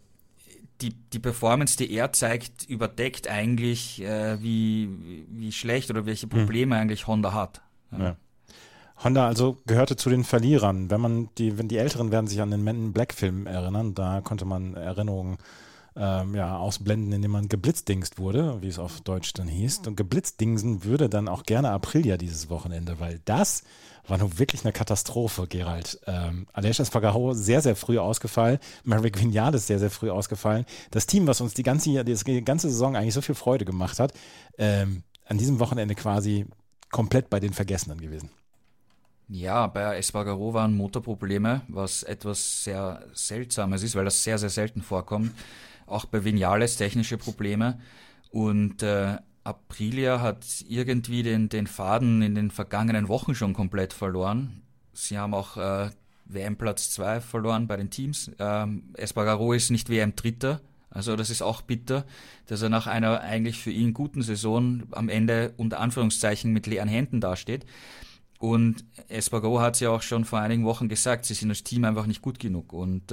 die Performance, die er zeigt, überdeckt eigentlich, wie schlecht oder welche Probleme eigentlich Honda hat. Ja. Honda also gehörte zu den Verlierern. Wenn die Älteren werden sich an den Men in Black Film erinnern, da konnte man Erinnerungen ausblenden, indem man geblitzdingst wurde, wie es auf Deutsch dann hieß. Und geblitzdingsen würde dann auch gerne Aprilia dieses Wochenende, weil das war nun wirklich eine Katastrophe, Gerald. Aleix Espargaró sehr, sehr früh ausgefallen, Maverick Viñales sehr, sehr früh ausgefallen. Das Team, was uns die ganze Saison eigentlich so viel Freude gemacht hat, an diesem Wochenende quasi komplett bei den Vergessenen gewesen. Ja, bei Espargaró waren Motorprobleme, was etwas sehr Seltsames ist, weil das sehr, sehr selten vorkommt. Auch bei Viñales technische Probleme. Und Aprilia hat irgendwie den Faden in den vergangenen Wochen schon komplett verloren. Sie haben auch WM-Platz 2 verloren bei den Teams. Espargaró ist nicht WM-Dritter. Also das ist auch bitter, dass er nach einer eigentlich für ihn guten Saison am Ende unter Anführungszeichen mit leeren Händen dasteht. Und Espargaró hat es ja auch schon vor einigen Wochen gesagt, sie sind als Team einfach nicht gut genug. Und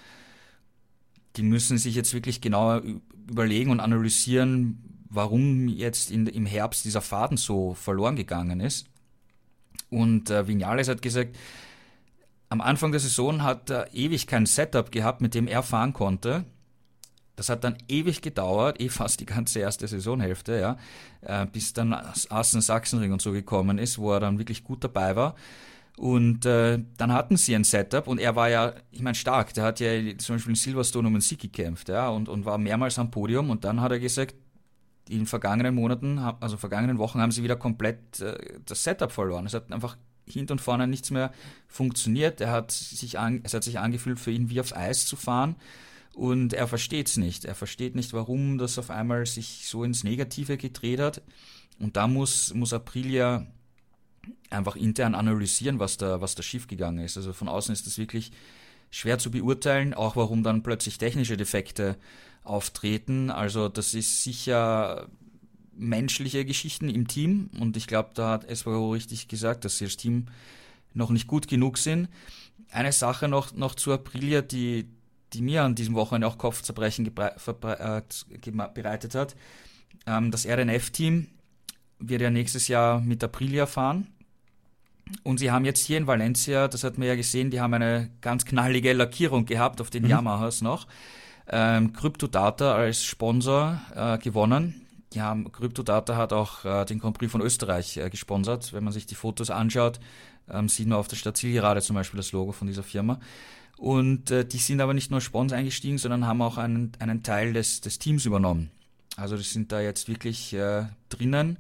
die müssen sich jetzt wirklich genauer überlegen und analysieren, warum jetzt im Herbst dieser Faden so verloren gegangen ist. Und Viñales hat gesagt, am Anfang der Saison hat er ewig kein Setup gehabt, mit dem er fahren konnte. Das hat dann ewig gedauert, fast die ganze erste Saisonhälfte, ja, bis dann Assen Sachsenring und so gekommen ist, wo er dann wirklich gut dabei war. Und dann hatten sie ein Setup und er war ja, ich meine, stark. Der hat ja zum Beispiel in Silverstone um den Sieg gekämpft, ja, und war mehrmals am Podium. Und dann hat er gesagt, in vergangenen Monaten, also vergangenen Wochen haben sie wieder komplett das Setup verloren. Es hat einfach hinten und vorne nichts mehr funktioniert. Es hat sich angefühlt, für ihn wie auf Eis zu fahren. Und er versteht es nicht. Er versteht nicht, warum das auf einmal sich so ins Negative gedreht hat. Und da muss Aprilia einfach intern analysieren, was da schiefgegangen ist. Also von außen ist das wirklich schwer zu beurteilen, auch warum dann plötzlich technische Defekte auftreten. Also das ist sicher menschliche Geschichten im Team. Und ich glaube, da hat Espargaró richtig gesagt, dass sie als Team noch nicht gut genug sind. Eine Sache noch zu Aprilia, die mir an diesem Wochenende auch Kopfzerbrechen bereitet hat. Das RNF-Team wird ja nächstes Jahr mit Aprilia fahren. Und sie haben jetzt hier in Valencia, das hat man ja gesehen, die haben eine ganz knallige Lackierung gehabt auf den Yamahas noch. Cryptodata als Sponsor gewonnen. Cryptodata hat auch den Grand Prix von Österreich gesponsert. Wenn man sich die Fotos anschaut, sieht man auf der Stadtzielgerade zum Beispiel das Logo von dieser Firma. Und die sind aber nicht nur Sponsor eingestiegen, sondern haben auch einen Teil des Teams übernommen. Also die sind da jetzt wirklich drinnen,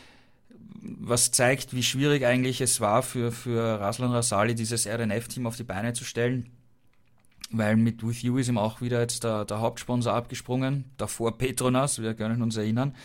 was zeigt, wie schwierig eigentlich es war für Razlan Razali, dieses RNF-Team auf die Beine zu stellen, weil mit With You ist ihm auch wieder jetzt der Hauptsponsor abgesprungen, davor Petronas, wir können uns erinnern,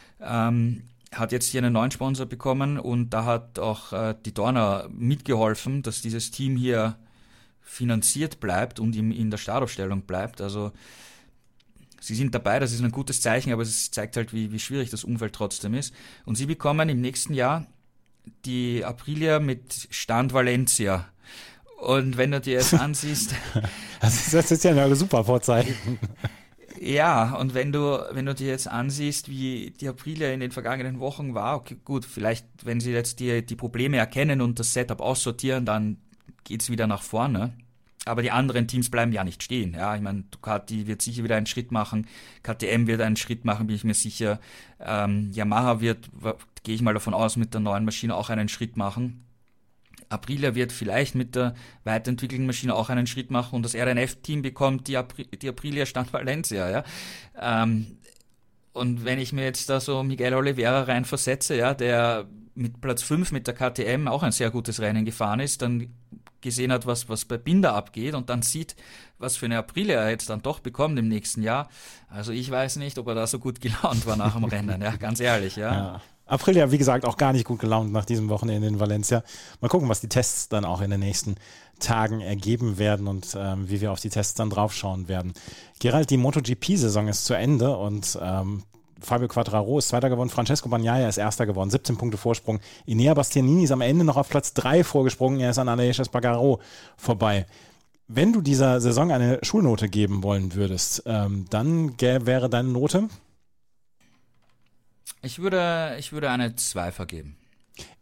hat jetzt hier einen neuen Sponsor bekommen und da hat auch die Dorna mitgeholfen, dass dieses Team hier finanziert bleibt und in der Startaufstellung bleibt. Also sie sind dabei, das ist ein gutes Zeichen, aber es zeigt halt, wie schwierig das Umfeld trotzdem ist. Und sie bekommen im nächsten Jahr die Aprilia mit Stand Valencia. Und wenn du dir jetzt ansiehst... das ist ja ein super Vorzeichen. Ja, und wenn du dir jetzt ansiehst, wie die Aprilia in den vergangenen Wochen war, okay, gut, vielleicht, wenn sie jetzt die Probleme erkennen und das Setup aussortieren, dann geht's wieder nach vorne. Aber die anderen Teams bleiben ja nicht stehen. Ja, ich meine, Ducati wird sicher wieder einen Schritt machen, KTM wird einen Schritt machen, bin ich mir sicher. Yamaha wird, gehe ich mal davon aus, mit der neuen Maschine auch einen Schritt machen. Aprilia wird vielleicht mit der weiterentwickelten Maschine auch einen Schritt machen und das RNF-Team bekommt die Aprilia Stand Valencia. Ja. Und wenn ich mir jetzt da so Miguel Oliveira reinversetze, ja, der mit Platz 5 mit der KTM auch ein sehr gutes Rennen gefahren ist, dann gesehen hat, was bei Binder abgeht und dann sieht, was für eine Aprilia er jetzt dann doch bekommt im nächsten Jahr. Also ich weiß nicht, ob er da so gut gelaunt war nach dem Rennen, ja, ganz ehrlich, ja. Aprilia, wie gesagt, auch gar nicht gut gelaunt nach diesem Wochenende in Valencia. Mal gucken, was die Tests dann auch in den nächsten Tagen ergeben werden und wie wir auf die Tests dann draufschauen werden. Gerald, die MotoGP-Saison ist zu Ende und Fabio Quartararo ist Zweiter geworden, Francesco Bagnaia ist Erster geworden, 17 Punkte Vorsprung. Enea Bastianini ist am Ende noch auf Platz 3 vorgesprungen, er ist an Aleix Espargaró vorbei. Wenn du dieser Saison eine Schulnote geben wollen würdest, dann wäre deine Note? Ich würde eine 2 vergeben.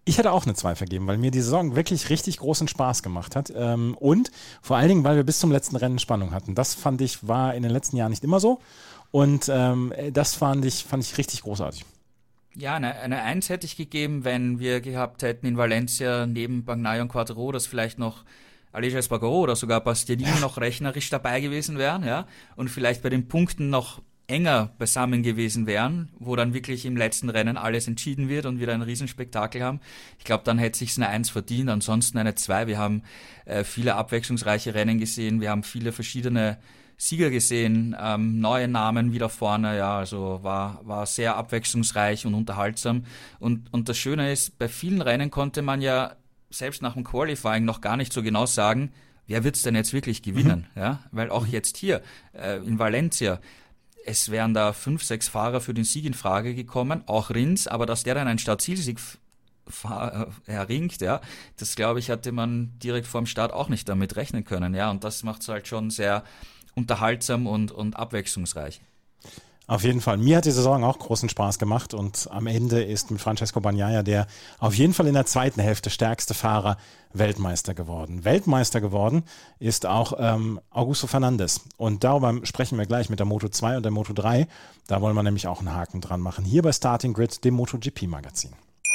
Ich hätte auch eine 2 vergeben, weil mir die Saison wirklich richtig großen Spaß gemacht hat. Und vor allen Dingen, weil wir bis zum letzten Rennen Spannung hatten. Das fand ich, war in den letzten Jahren nicht immer so. Und das fand ich richtig großartig. Ja, eine 1 hätte ich gegeben, wenn wir gehabt hätten in Valencia neben Bagnaia und Quartararo, dass vielleicht noch Aleix Espargaro oder sogar Bastianini noch rechnerisch dabei gewesen wären, ja, und vielleicht bei den Punkten noch enger beisammen gewesen wären, wo dann wirklich im letzten Rennen alles entschieden wird und wir ein Riesenspektakel haben. Ich glaube, dann hätte sich's eine 1 verdient, ansonsten eine 2. Wir haben viele abwechslungsreiche Rennen gesehen, wir haben viele verschiedene Sieger gesehen, neue Namen wieder vorne, ja, also war sehr abwechslungsreich und unterhaltsam. Und das Schöne ist, bei vielen Rennen konnte man ja selbst nach dem Qualifying noch gar nicht so genau sagen, wer wird's denn jetzt wirklich gewinnen, ja, weil auch jetzt hier in Valencia, es wären da 5, 6 Fahrer für den Sieg in Frage gekommen, auch Rins, aber dass der dann einen Startzielsieg erringt, ja, das glaube ich, hatte man direkt vorm Start auch nicht damit rechnen können, ja, und das macht's halt schon sehr unterhaltsam und abwechslungsreich. Auf jeden Fall. Mir hat die Saison auch großen Spaß gemacht und am Ende ist mit Francesco Bagnaia der auf jeden Fall in der zweiten Hälfte stärkste Fahrer Weltmeister geworden. Weltmeister geworden ist auch Augusto Fernandes und darüber sprechen wir gleich mit der Moto2 und der Moto3. Da wollen wir nämlich auch einen Haken dran machen. Hier bei Starting Grid, dem MotoGP-Magazin.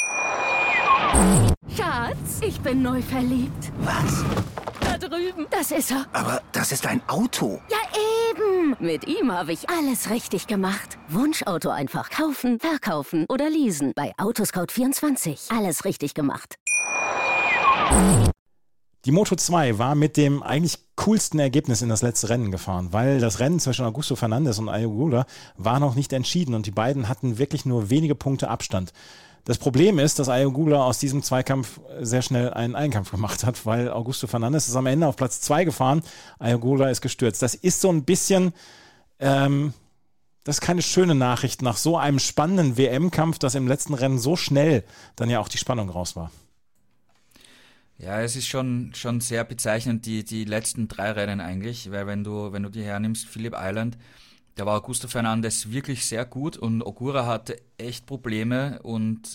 Schatz, ich bin neu verliebt. Was? Da drüben. Das ist er. Aber das ist ein Auto. Ja, eben. Mit ihm habe ich alles richtig gemacht. Wunschauto einfach kaufen, verkaufen oder leasen. Bei Autoscout24. Alles richtig gemacht. Die Moto2 war mit dem eigentlich coolsten Ergebnis in das letzte Rennen gefahren, weil das Rennen zwischen Augusto Fernandes und Ayogula war noch nicht entschieden und die beiden hatten wirklich nur wenige Punkte Abstand. Das Problem ist, dass Ayogula aus diesem Zweikampf sehr schnell einen Einkampf gemacht hat, weil Augusto Fernandes ist am Ende auf Platz 2 gefahren, Ayogula ist gestürzt. Das ist so ein bisschen, das ist keine schöne Nachricht nach so einem spannenden WM-Kampf, dass im letzten Rennen so schnell dann ja auch die Spannung raus war. Ja, es ist schon sehr bezeichnend, die letzten 3 Rennen eigentlich, weil wenn du die hernimmst, Phillip Island, da war Augusto Fernandes wirklich sehr gut und Ogura hatte echt Probleme und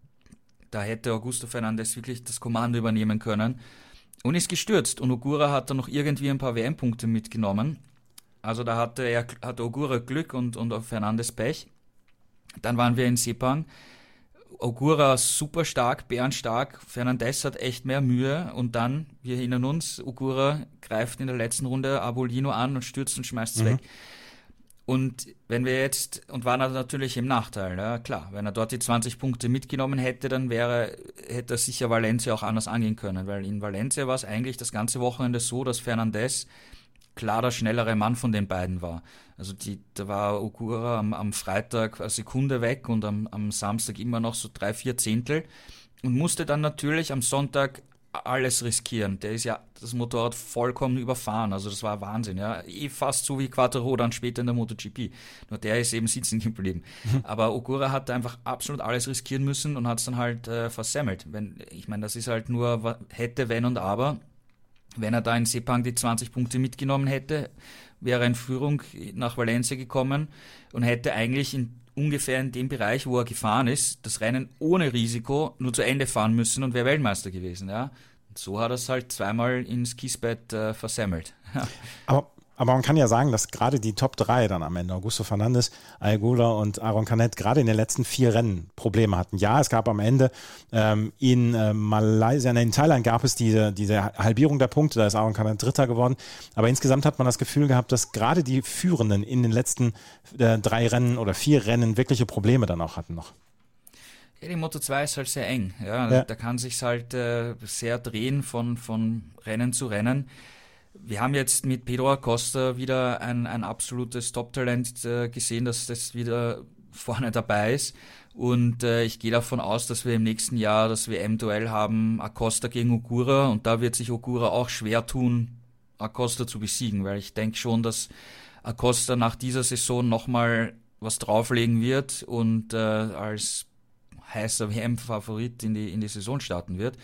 da hätte Augusto Fernandes wirklich das Kommando übernehmen können und ist gestürzt und Ogura hat dann noch irgendwie ein paar WM-Punkte mitgenommen. Also da hatte Ogura Glück und Fernandes Pech. Dann waren wir in Sepang. Ogura super stark, bärenstark, Fernandes hat echt mehr Mühe und dann, wir erinnern uns, Ogura greift in der letzten Runde Arbolino an und stürzt und schmeißt es weg. Und wenn wir jetzt, und war natürlich im Nachteil, ja klar, wenn er dort die 20 Punkte mitgenommen hätte, dann hätte er sicher Valencia auch anders angehen können, weil in Valencia war es eigentlich das ganze Wochenende so, dass Fernandes klar der schnellere Mann von den beiden war. Also da war Ogura am Freitag eine Sekunde weg und am Samstag immer noch so 3-4 Zehntel und musste dann natürlich am Sonntag alles riskieren. Der ist ja das Motorrad vollkommen überfahren. Also das war Wahnsinn. Ja, fast so wie Quartararo dann später in der MotoGP. Nur der ist eben sitzen geblieben. Aber Ogura hat einfach absolut alles riskieren müssen und hat es dann halt versemmelt. Ich meine, das ist halt nur hätte, wenn und aber. Wenn er da in Sepang die 20 Punkte mitgenommen hätte, wäre er in Führung nach Valencia gekommen und hätte eigentlich ungefähr in dem Bereich, wo er gefahren ist, das Rennen ohne Risiko nur zu Ende fahren müssen und wäre Weltmeister gewesen. Ja? Und so hat er es halt zweimal ins Kiesbett versemmelt. Aber man kann ja sagen, dass gerade die Top 3 dann am Ende, Augusto Fernandes, Ayogula und Aron Canet, gerade in den letzten 4 Rennen Probleme hatten. Ja, es gab am Ende in Malaysia, in Thailand gab es diese Halbierung der Punkte, da ist Aron Canet Dritter geworden. Aber insgesamt hat man das Gefühl gehabt, dass gerade die Führenden in den letzten 3 Rennen oder 4 Rennen wirkliche Probleme dann auch hatten noch. Ja, die Moto2 ist halt sehr eng. Ja. Da kann sich's halt sehr drehen von Rennen zu Rennen. Wir haben jetzt mit Pedro Acosta wieder ein absolutes Top-Talent gesehen, dass das wieder vorne dabei ist. Und ich gehe davon aus, dass wir im nächsten Jahr das WM-Duell haben, Acosta gegen Ogura. Und da wird sich Ogura auch schwer tun, Acosta zu besiegen, weil ich denke schon, dass Acosta nach dieser Saison nochmal was drauflegen wird und als heißer WM-Favorit in die Saison starten wird.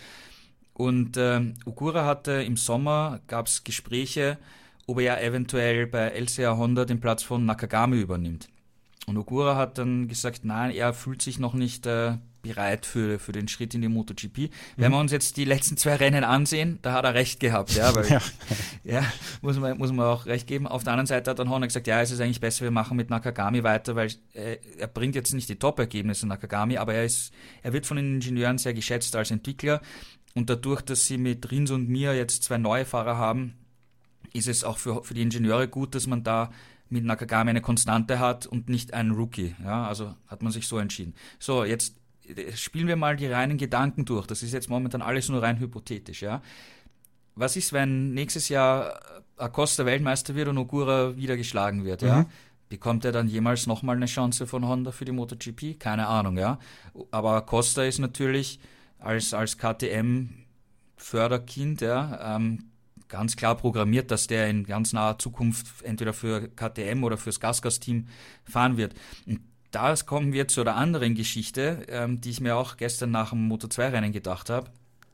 Und Ogura hatte im Sommer, gab es Gespräche, ob er ja eventuell bei LCR Honda den Platz von Nakagami übernimmt. Und Ogura hat dann gesagt, nein, er fühlt sich noch nicht bereit für den Schritt in die MotoGP. Wenn wir uns jetzt die letzten 2 Rennen ansehen, da hat er recht gehabt, ja, weil, muss man auch recht geben. Auf der anderen Seite hat dann Honda gesagt, ja, es ist eigentlich besser, wir machen mit Nakagami weiter, weil er bringt jetzt nicht die Top-Ergebnisse, Nakagami, aber er wird von den Ingenieuren sehr geschätzt als Entwickler, und dadurch, dass sie mit Rins und Mir jetzt 2 neue Fahrer haben, ist es auch für die Ingenieure gut, dass man da mit Nakagami eine Konstante hat und nicht einen Rookie. Ja, also hat man sich so entschieden. So, jetzt spielen wir mal die reinen Gedanken durch. Das ist jetzt momentan alles nur rein hypothetisch. Ja. Was ist, wenn nächstes Jahr Acosta Weltmeister wird und Ogura wieder geschlagen wird? Ja? Bekommt er dann jemals nochmal eine Chance von Honda für die MotoGP? Keine Ahnung. Ja. Aber Acosta ist natürlich als KTM-Förderkind, ja, ganz klar programmiert, dass der in ganz naher Zukunft entweder für KTM oder fürs GasGas-Team fahren wird. Und da kommen wir zu der anderen Geschichte, die ich mir auch gestern nach dem Moto2-Rennen gedacht habe.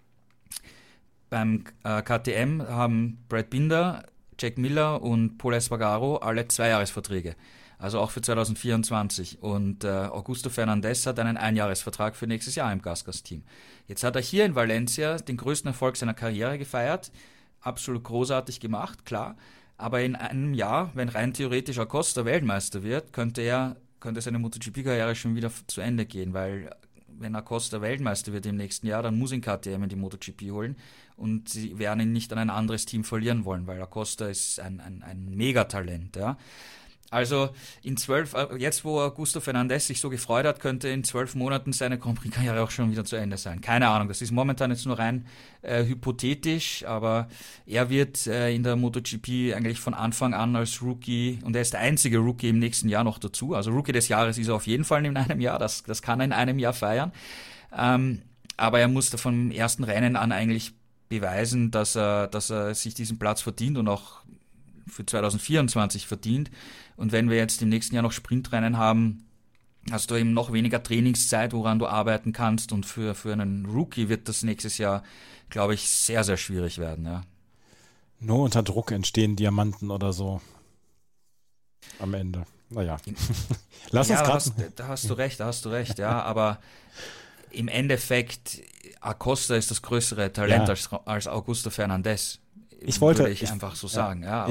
Beim KTM haben Brad Binder, Jack Miller und Pol Espargaro alle 2-Jahresverträge, also auch für 2024. Und Augusto Fernandez hat einen 1-Jahresvertrag für nächstes Jahr im GasGas-Team. Jetzt hat er hier in Valencia den größten Erfolg seiner Karriere gefeiert, absolut großartig gemacht, klar, aber in einem Jahr, wenn rein theoretisch Acosta Weltmeister wird, könnte seine MotoGP-Karriere schon wieder zu Ende gehen, weil wenn Acosta Weltmeister wird im nächsten Jahr, dann muss ihn KTM in die MotoGP holen, und sie werden ihn nicht an ein anderes Team verlieren wollen, weil Acosta ist ein Megatalent, ja. Also jetzt wo Augusto Fernandez sich so gefreut hat, könnte in 12 Monaten seine Grand Prix-Karriere auch schon wieder zu Ende sein. Keine Ahnung, das ist momentan jetzt nur rein hypothetisch, aber er wird in der MotoGP eigentlich von Anfang an als Rookie, und er ist der einzige Rookie im nächsten Jahr noch dazu, also Rookie des Jahres ist er auf jeden Fall in einem Jahr, das kann er in einem Jahr feiern, aber er musste vom ersten Rennen an eigentlich beweisen, dass er sich diesen Platz verdient und auch für 2024 verdient. Und wenn wir jetzt im nächsten Jahr noch Sprintrennen haben, hast du eben noch weniger Trainingszeit, woran du arbeiten kannst. Und für einen Rookie wird das nächstes Jahr, glaube ich, sehr, sehr schwierig werden. Ja. Nur unter Druck entstehen Diamanten oder so am Ende. Naja, lass uns gerade... Da hast du recht, ja. Aber im Endeffekt, Acosta ist das größere Talent als Augusto Fernandez. Würde ich einfach so sagen. Ja.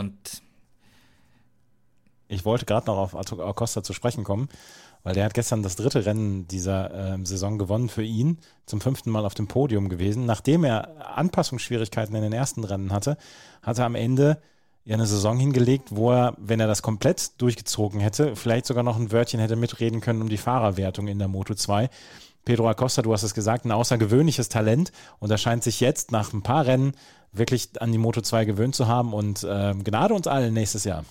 Ich wollte gerade noch auf Acosta zu sprechen kommen, weil der hat gestern das 3. Rennen dieser Saison gewonnen für ihn, zum 5. Mal auf dem Podium gewesen. Nachdem er Anpassungsschwierigkeiten in den ersten Rennen hatte, hat er am Ende eine Saison hingelegt, wo er, wenn er das komplett durchgezogen hätte, vielleicht sogar noch ein Wörtchen hätte mitreden können um die Fahrerwertung in der Moto2. Pedro Acosta, du hast es gesagt, ein außergewöhnliches Talent, und er scheint sich jetzt nach ein paar Rennen wirklich an die Moto2 gewöhnt zu haben, und Gnade uns allen nächstes Jahr.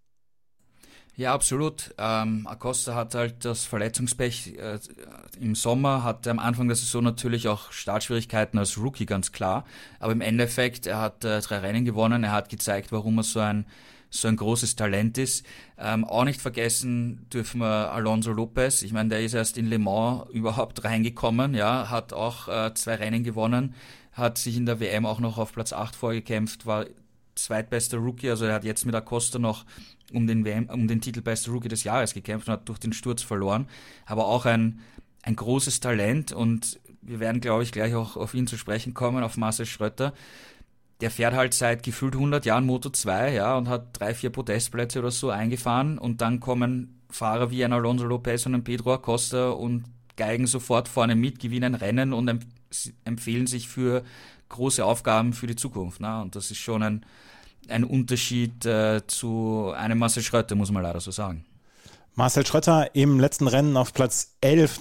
Ja, absolut. Acosta hat halt das Verletzungspech im Sommer, hatte am Anfang der Saison natürlich auch Startschwierigkeiten als Rookie, ganz klar. Aber im Endeffekt, er hat 3 Rennen gewonnen, er hat gezeigt, warum er so ein großes Talent ist. Auch nicht vergessen dürfen wir Alonso Lopez. Ich meine, der ist erst in Le Mans überhaupt reingekommen, ja, hat auch 2 Rennen gewonnen, hat sich in der WM auch noch auf Platz 8 vorgekämpft, war zweitbester Rookie, also er hat jetzt mit Acosta noch um den Titel bester Rookie des Jahres gekämpft und hat durch den Sturz verloren, aber auch ein großes Talent, und wir werden, glaube ich, gleich auch auf ihn zu sprechen kommen, auf Marcel Schrötter. Der fährt halt seit gefühlt 100 Jahren Moto2, ja, und hat 3-4 Podestplätze oder so eingefahren, und dann kommen Fahrer wie ein Alonso Lopez und ein Pedro Acosta und geigen sofort vorne mit, gewinnen Rennen und empfehlen sich für große Aufgaben für die Zukunft. Ne? Und das ist schon ein Unterschied zu einem Marcel Schrötter, muss man leider so sagen. Marcel Schrötter im letzten Rennen auf Platz 11,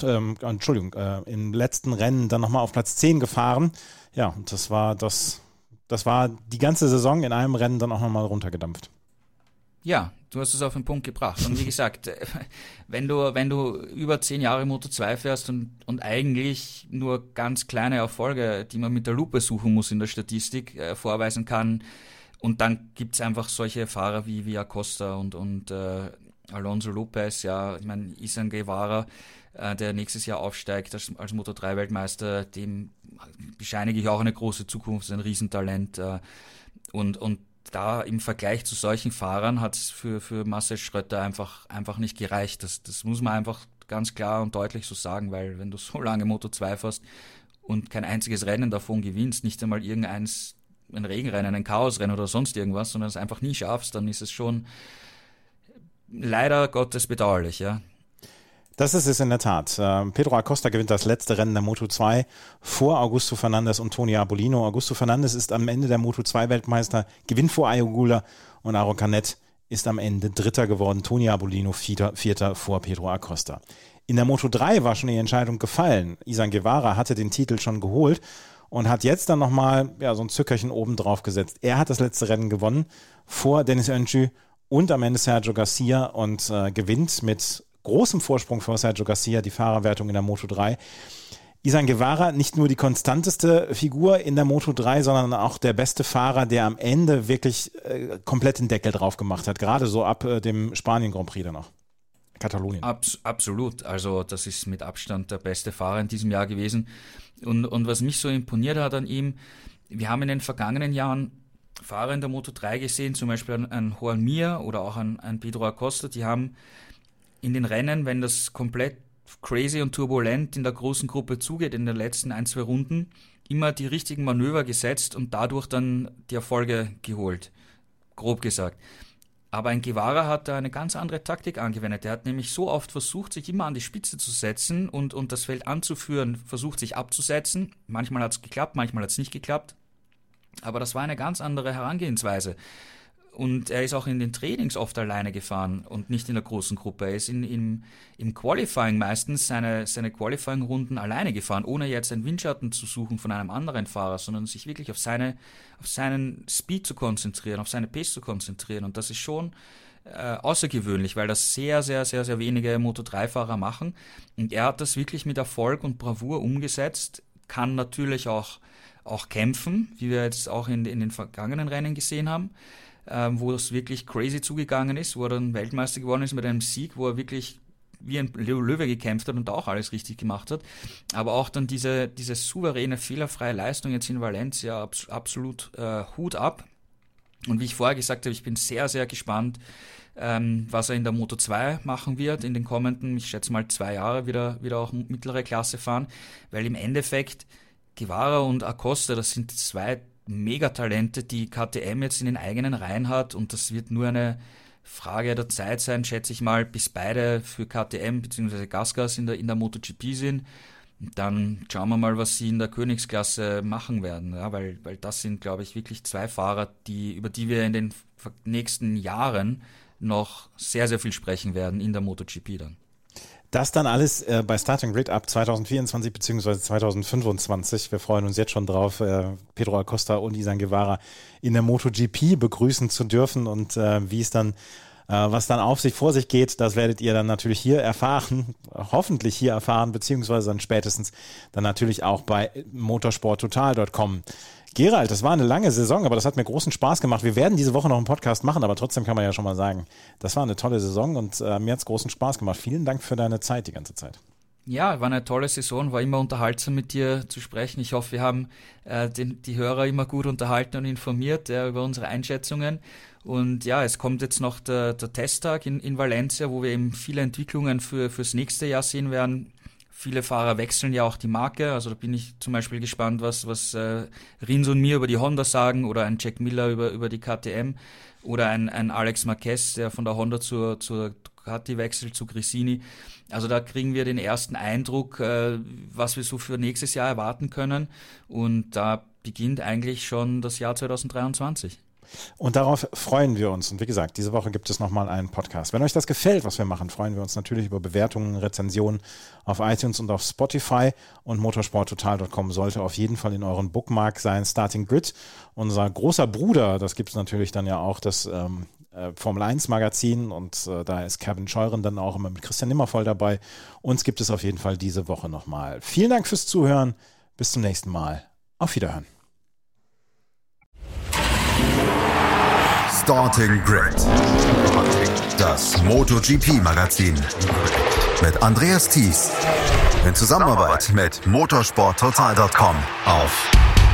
im letzten Rennen dann nochmal auf Platz 10 gefahren. Ja, und das war die ganze Saison in einem Rennen dann auch nochmal runtergedampft. Ja, du hast es auf den Punkt gebracht. Und wie gesagt, wenn du über 10 Jahre Moto2 fährst und eigentlich nur ganz kleine Erfolge, die man mit der Lupe suchen muss in der Statistik, vorweisen kann, und dann gibt's einfach solche Fahrer wie Acosta und Alonso Lopez, ja, ich meine, Izan Guevara, der nächstes Jahr aufsteigt als Moto3-Weltmeister, dem bescheinige ich auch eine große Zukunft, ist ein Riesentalent, und da im Vergleich zu solchen Fahrern hat es für Marcel Schrötter einfach nicht gereicht. Das muss man einfach ganz klar und deutlich so sagen, weil wenn du so lange Moto2 fährst und kein einziges Rennen davon gewinnst, nicht einmal ein Regenrennen, ein Chaosrennen oder sonst irgendwas, sondern es einfach nie schaffst, dann ist es schon leider Gottes bedauerlich, ja. Das ist es in der Tat. Pedro Acosta gewinnt das letzte Rennen der Moto2 vor Augusto Fernandes und Tony Arbolino. Augusto Fernandes ist am Ende der Moto2-Weltmeister, gewinnt vor Ayogula, und Aron Canet ist am Ende Dritter geworden. Tony Arbolino Vierter vor Pedro Acosta. In der Moto3 war schon die Entscheidung gefallen. Izan Guevara hatte den Titel schon geholt und hat jetzt dann nochmal so ein Zückerchen oben drauf gesetzt. Er hat das letzte Rennen gewonnen vor Denis Öncü und am Ende Sergio Garcia und gewinnt mit großem Vorsprung vor Sergio Garcia die Fahrerwertung in der Moto3. Izan Guevara nicht nur die konstanteste Figur in der Moto3, sondern auch der beste Fahrer, der am Ende wirklich komplett den Deckel drauf gemacht hat, gerade so ab dem Spanien-Grand Prix dann noch. Katalonien. Absolut, also das ist mit Abstand der beste Fahrer in diesem Jahr gewesen. Und was mich so imponiert hat an ihm, wir haben in den vergangenen Jahren Fahrer in der Moto3 gesehen, zum Beispiel an Joan Mir oder auch an Pedro Acosta, die haben in den Rennen, wenn das komplett crazy und turbulent in der großen Gruppe zugeht, in den letzten 1-2 Runden, immer die richtigen Manöver gesetzt und dadurch dann die Erfolge geholt, grob gesagt. Aber ein Guevara hat da eine ganz andere Taktik angewendet. Er hat nämlich so oft versucht, sich immer an die Spitze zu setzen und das Feld anzuführen, versucht sich abzusetzen. Manchmal hat es geklappt, manchmal hat es nicht geklappt. Aber das war eine ganz andere Herangehensweise. Und er ist auch in den Trainings oft alleine gefahren und nicht in der großen Gruppe. Er ist im Qualifying meistens seine Qualifying-Runden alleine gefahren, ohne jetzt einen Windschatten zu suchen von einem anderen Fahrer, sondern sich wirklich auf seinen Speed zu konzentrieren, auf seine Pace zu konzentrieren. Und das ist schon außergewöhnlich, weil das sehr, sehr, sehr, sehr wenige Moto3-Fahrer machen. Und er hat das wirklich mit Erfolg und Bravour umgesetzt, kann natürlich auch kämpfen, wie wir jetzt auch in den vergangenen Rennen gesehen haben, wo es wirklich crazy zugegangen ist, wo er dann Weltmeister geworden ist mit einem Sieg, wo er wirklich wie ein Löwe gekämpft hat und auch alles richtig gemacht hat. Aber auch dann diese souveräne, fehlerfreie Leistung jetzt in Valencia, absolut Hut ab. Und wie ich vorher gesagt habe, ich bin sehr, sehr gespannt, was er in der Moto2 machen wird, in den kommenden, ich schätze mal 2 Jahre wieder auch mittlere Klasse fahren, weil im Endeffekt Guevara und Acosta, das sind 2 Megatalente, die KTM jetzt in den eigenen Reihen hat, und das wird nur eine Frage der Zeit sein, schätze ich mal, bis beide für KTM bzw. GasGas in der MotoGP sind. Und dann schauen wir mal, was sie in der Königsklasse machen werden, ja, weil das sind, glaube ich, wirklich 2 Fahrer, über die wir in den nächsten Jahren noch sehr, sehr viel sprechen werden in der MotoGP dann. Das dann alles bei Starting Grid ab 2024 bzw. 2025. Wir freuen uns jetzt schon drauf, Pedro Acosta und Izan Guevara in der MotoGP begrüßen zu dürfen, und wie es dann, was dann vor sich geht, das werdet ihr dann natürlich hier erfahren, hoffentlich hier erfahren, beziehungsweise dann spätestens dann natürlich auch bei motorsporttotal.com. Gerald, das war eine lange Saison, aber das hat mir großen Spaß gemacht. Wir werden diese Woche noch einen Podcast machen, aber trotzdem kann man ja schon mal sagen, das war eine tolle Saison, und mir hat es großen Spaß gemacht. Vielen Dank für deine Zeit die ganze Zeit. Ja, war eine tolle Saison, war immer unterhaltsam mit dir zu sprechen. Ich hoffe, wir haben die Hörer immer gut unterhalten und informiert über unsere Einschätzungen. Und ja, es kommt jetzt noch der Testtag in Valencia, wo wir eben viele Entwicklungen fürs nächste Jahr sehen werden. Viele Fahrer wechseln ja auch die Marke, also da bin ich zum Beispiel gespannt, was Rins und mir über die Honda sagen, oder ein Jack Miller über die KTM, oder ein Alex Marquez, der von der Honda zur Ducati wechselt, zu Gresini. Also da kriegen wir den ersten Eindruck, was wir so für nächstes Jahr erwarten können, und da beginnt eigentlich schon das Jahr 2023. Und darauf freuen wir uns. Und wie gesagt, diese Woche gibt es nochmal einen Podcast. Wenn euch das gefällt, was wir machen, freuen wir uns natürlich über Bewertungen, Rezensionen auf iTunes und auf Spotify. Und motorsporttotal.com sollte auf jeden Fall in euren Bookmark sein. Starting Grid, unser großer Bruder, das gibt es natürlich dann ja auch, das Formel 1 Magazin. Und da ist Kevin Scheuren dann auch immer mit Christian Nimmervoll dabei. Uns gibt es auf jeden Fall diese Woche nochmal. Vielen Dank fürs Zuhören. Bis zum nächsten Mal. Auf Wiederhören. Starting Grid, das MotoGP-Magazin mit Andreas Thies in Zusammenarbeit mit motorsporttotal.com auf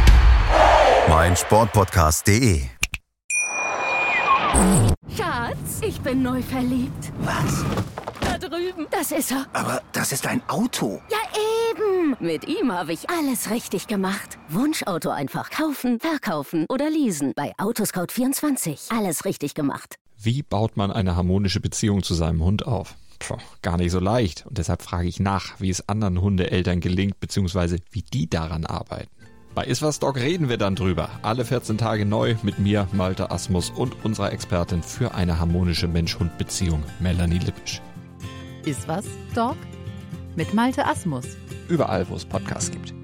meinsportpodcast.de. Schatz, ich bin neu verliebt. Was? Da drüben. Das ist er. Aber das ist ein Auto. Ja, eben. Mit ihm habe ich alles richtig gemacht. Wunschauto einfach kaufen, verkaufen oder leasen. Bei Autoscout24. Alles richtig gemacht. Wie baut man eine harmonische Beziehung zu seinem Hund auf? Gar nicht so leicht. Und deshalb frage ich nach, wie es anderen Hundeeltern gelingt, beziehungsweise wie die daran arbeiten. Bei Iswas Dog reden wir dann drüber. Alle 14 Tage neu mit mir, Malte Asmus, und unserer Expertin für eine harmonische Mensch-Hund-Beziehung, Melanie Lippisch. Iswas Dog mit Malte Asmus. Überall, wo es Podcasts gibt.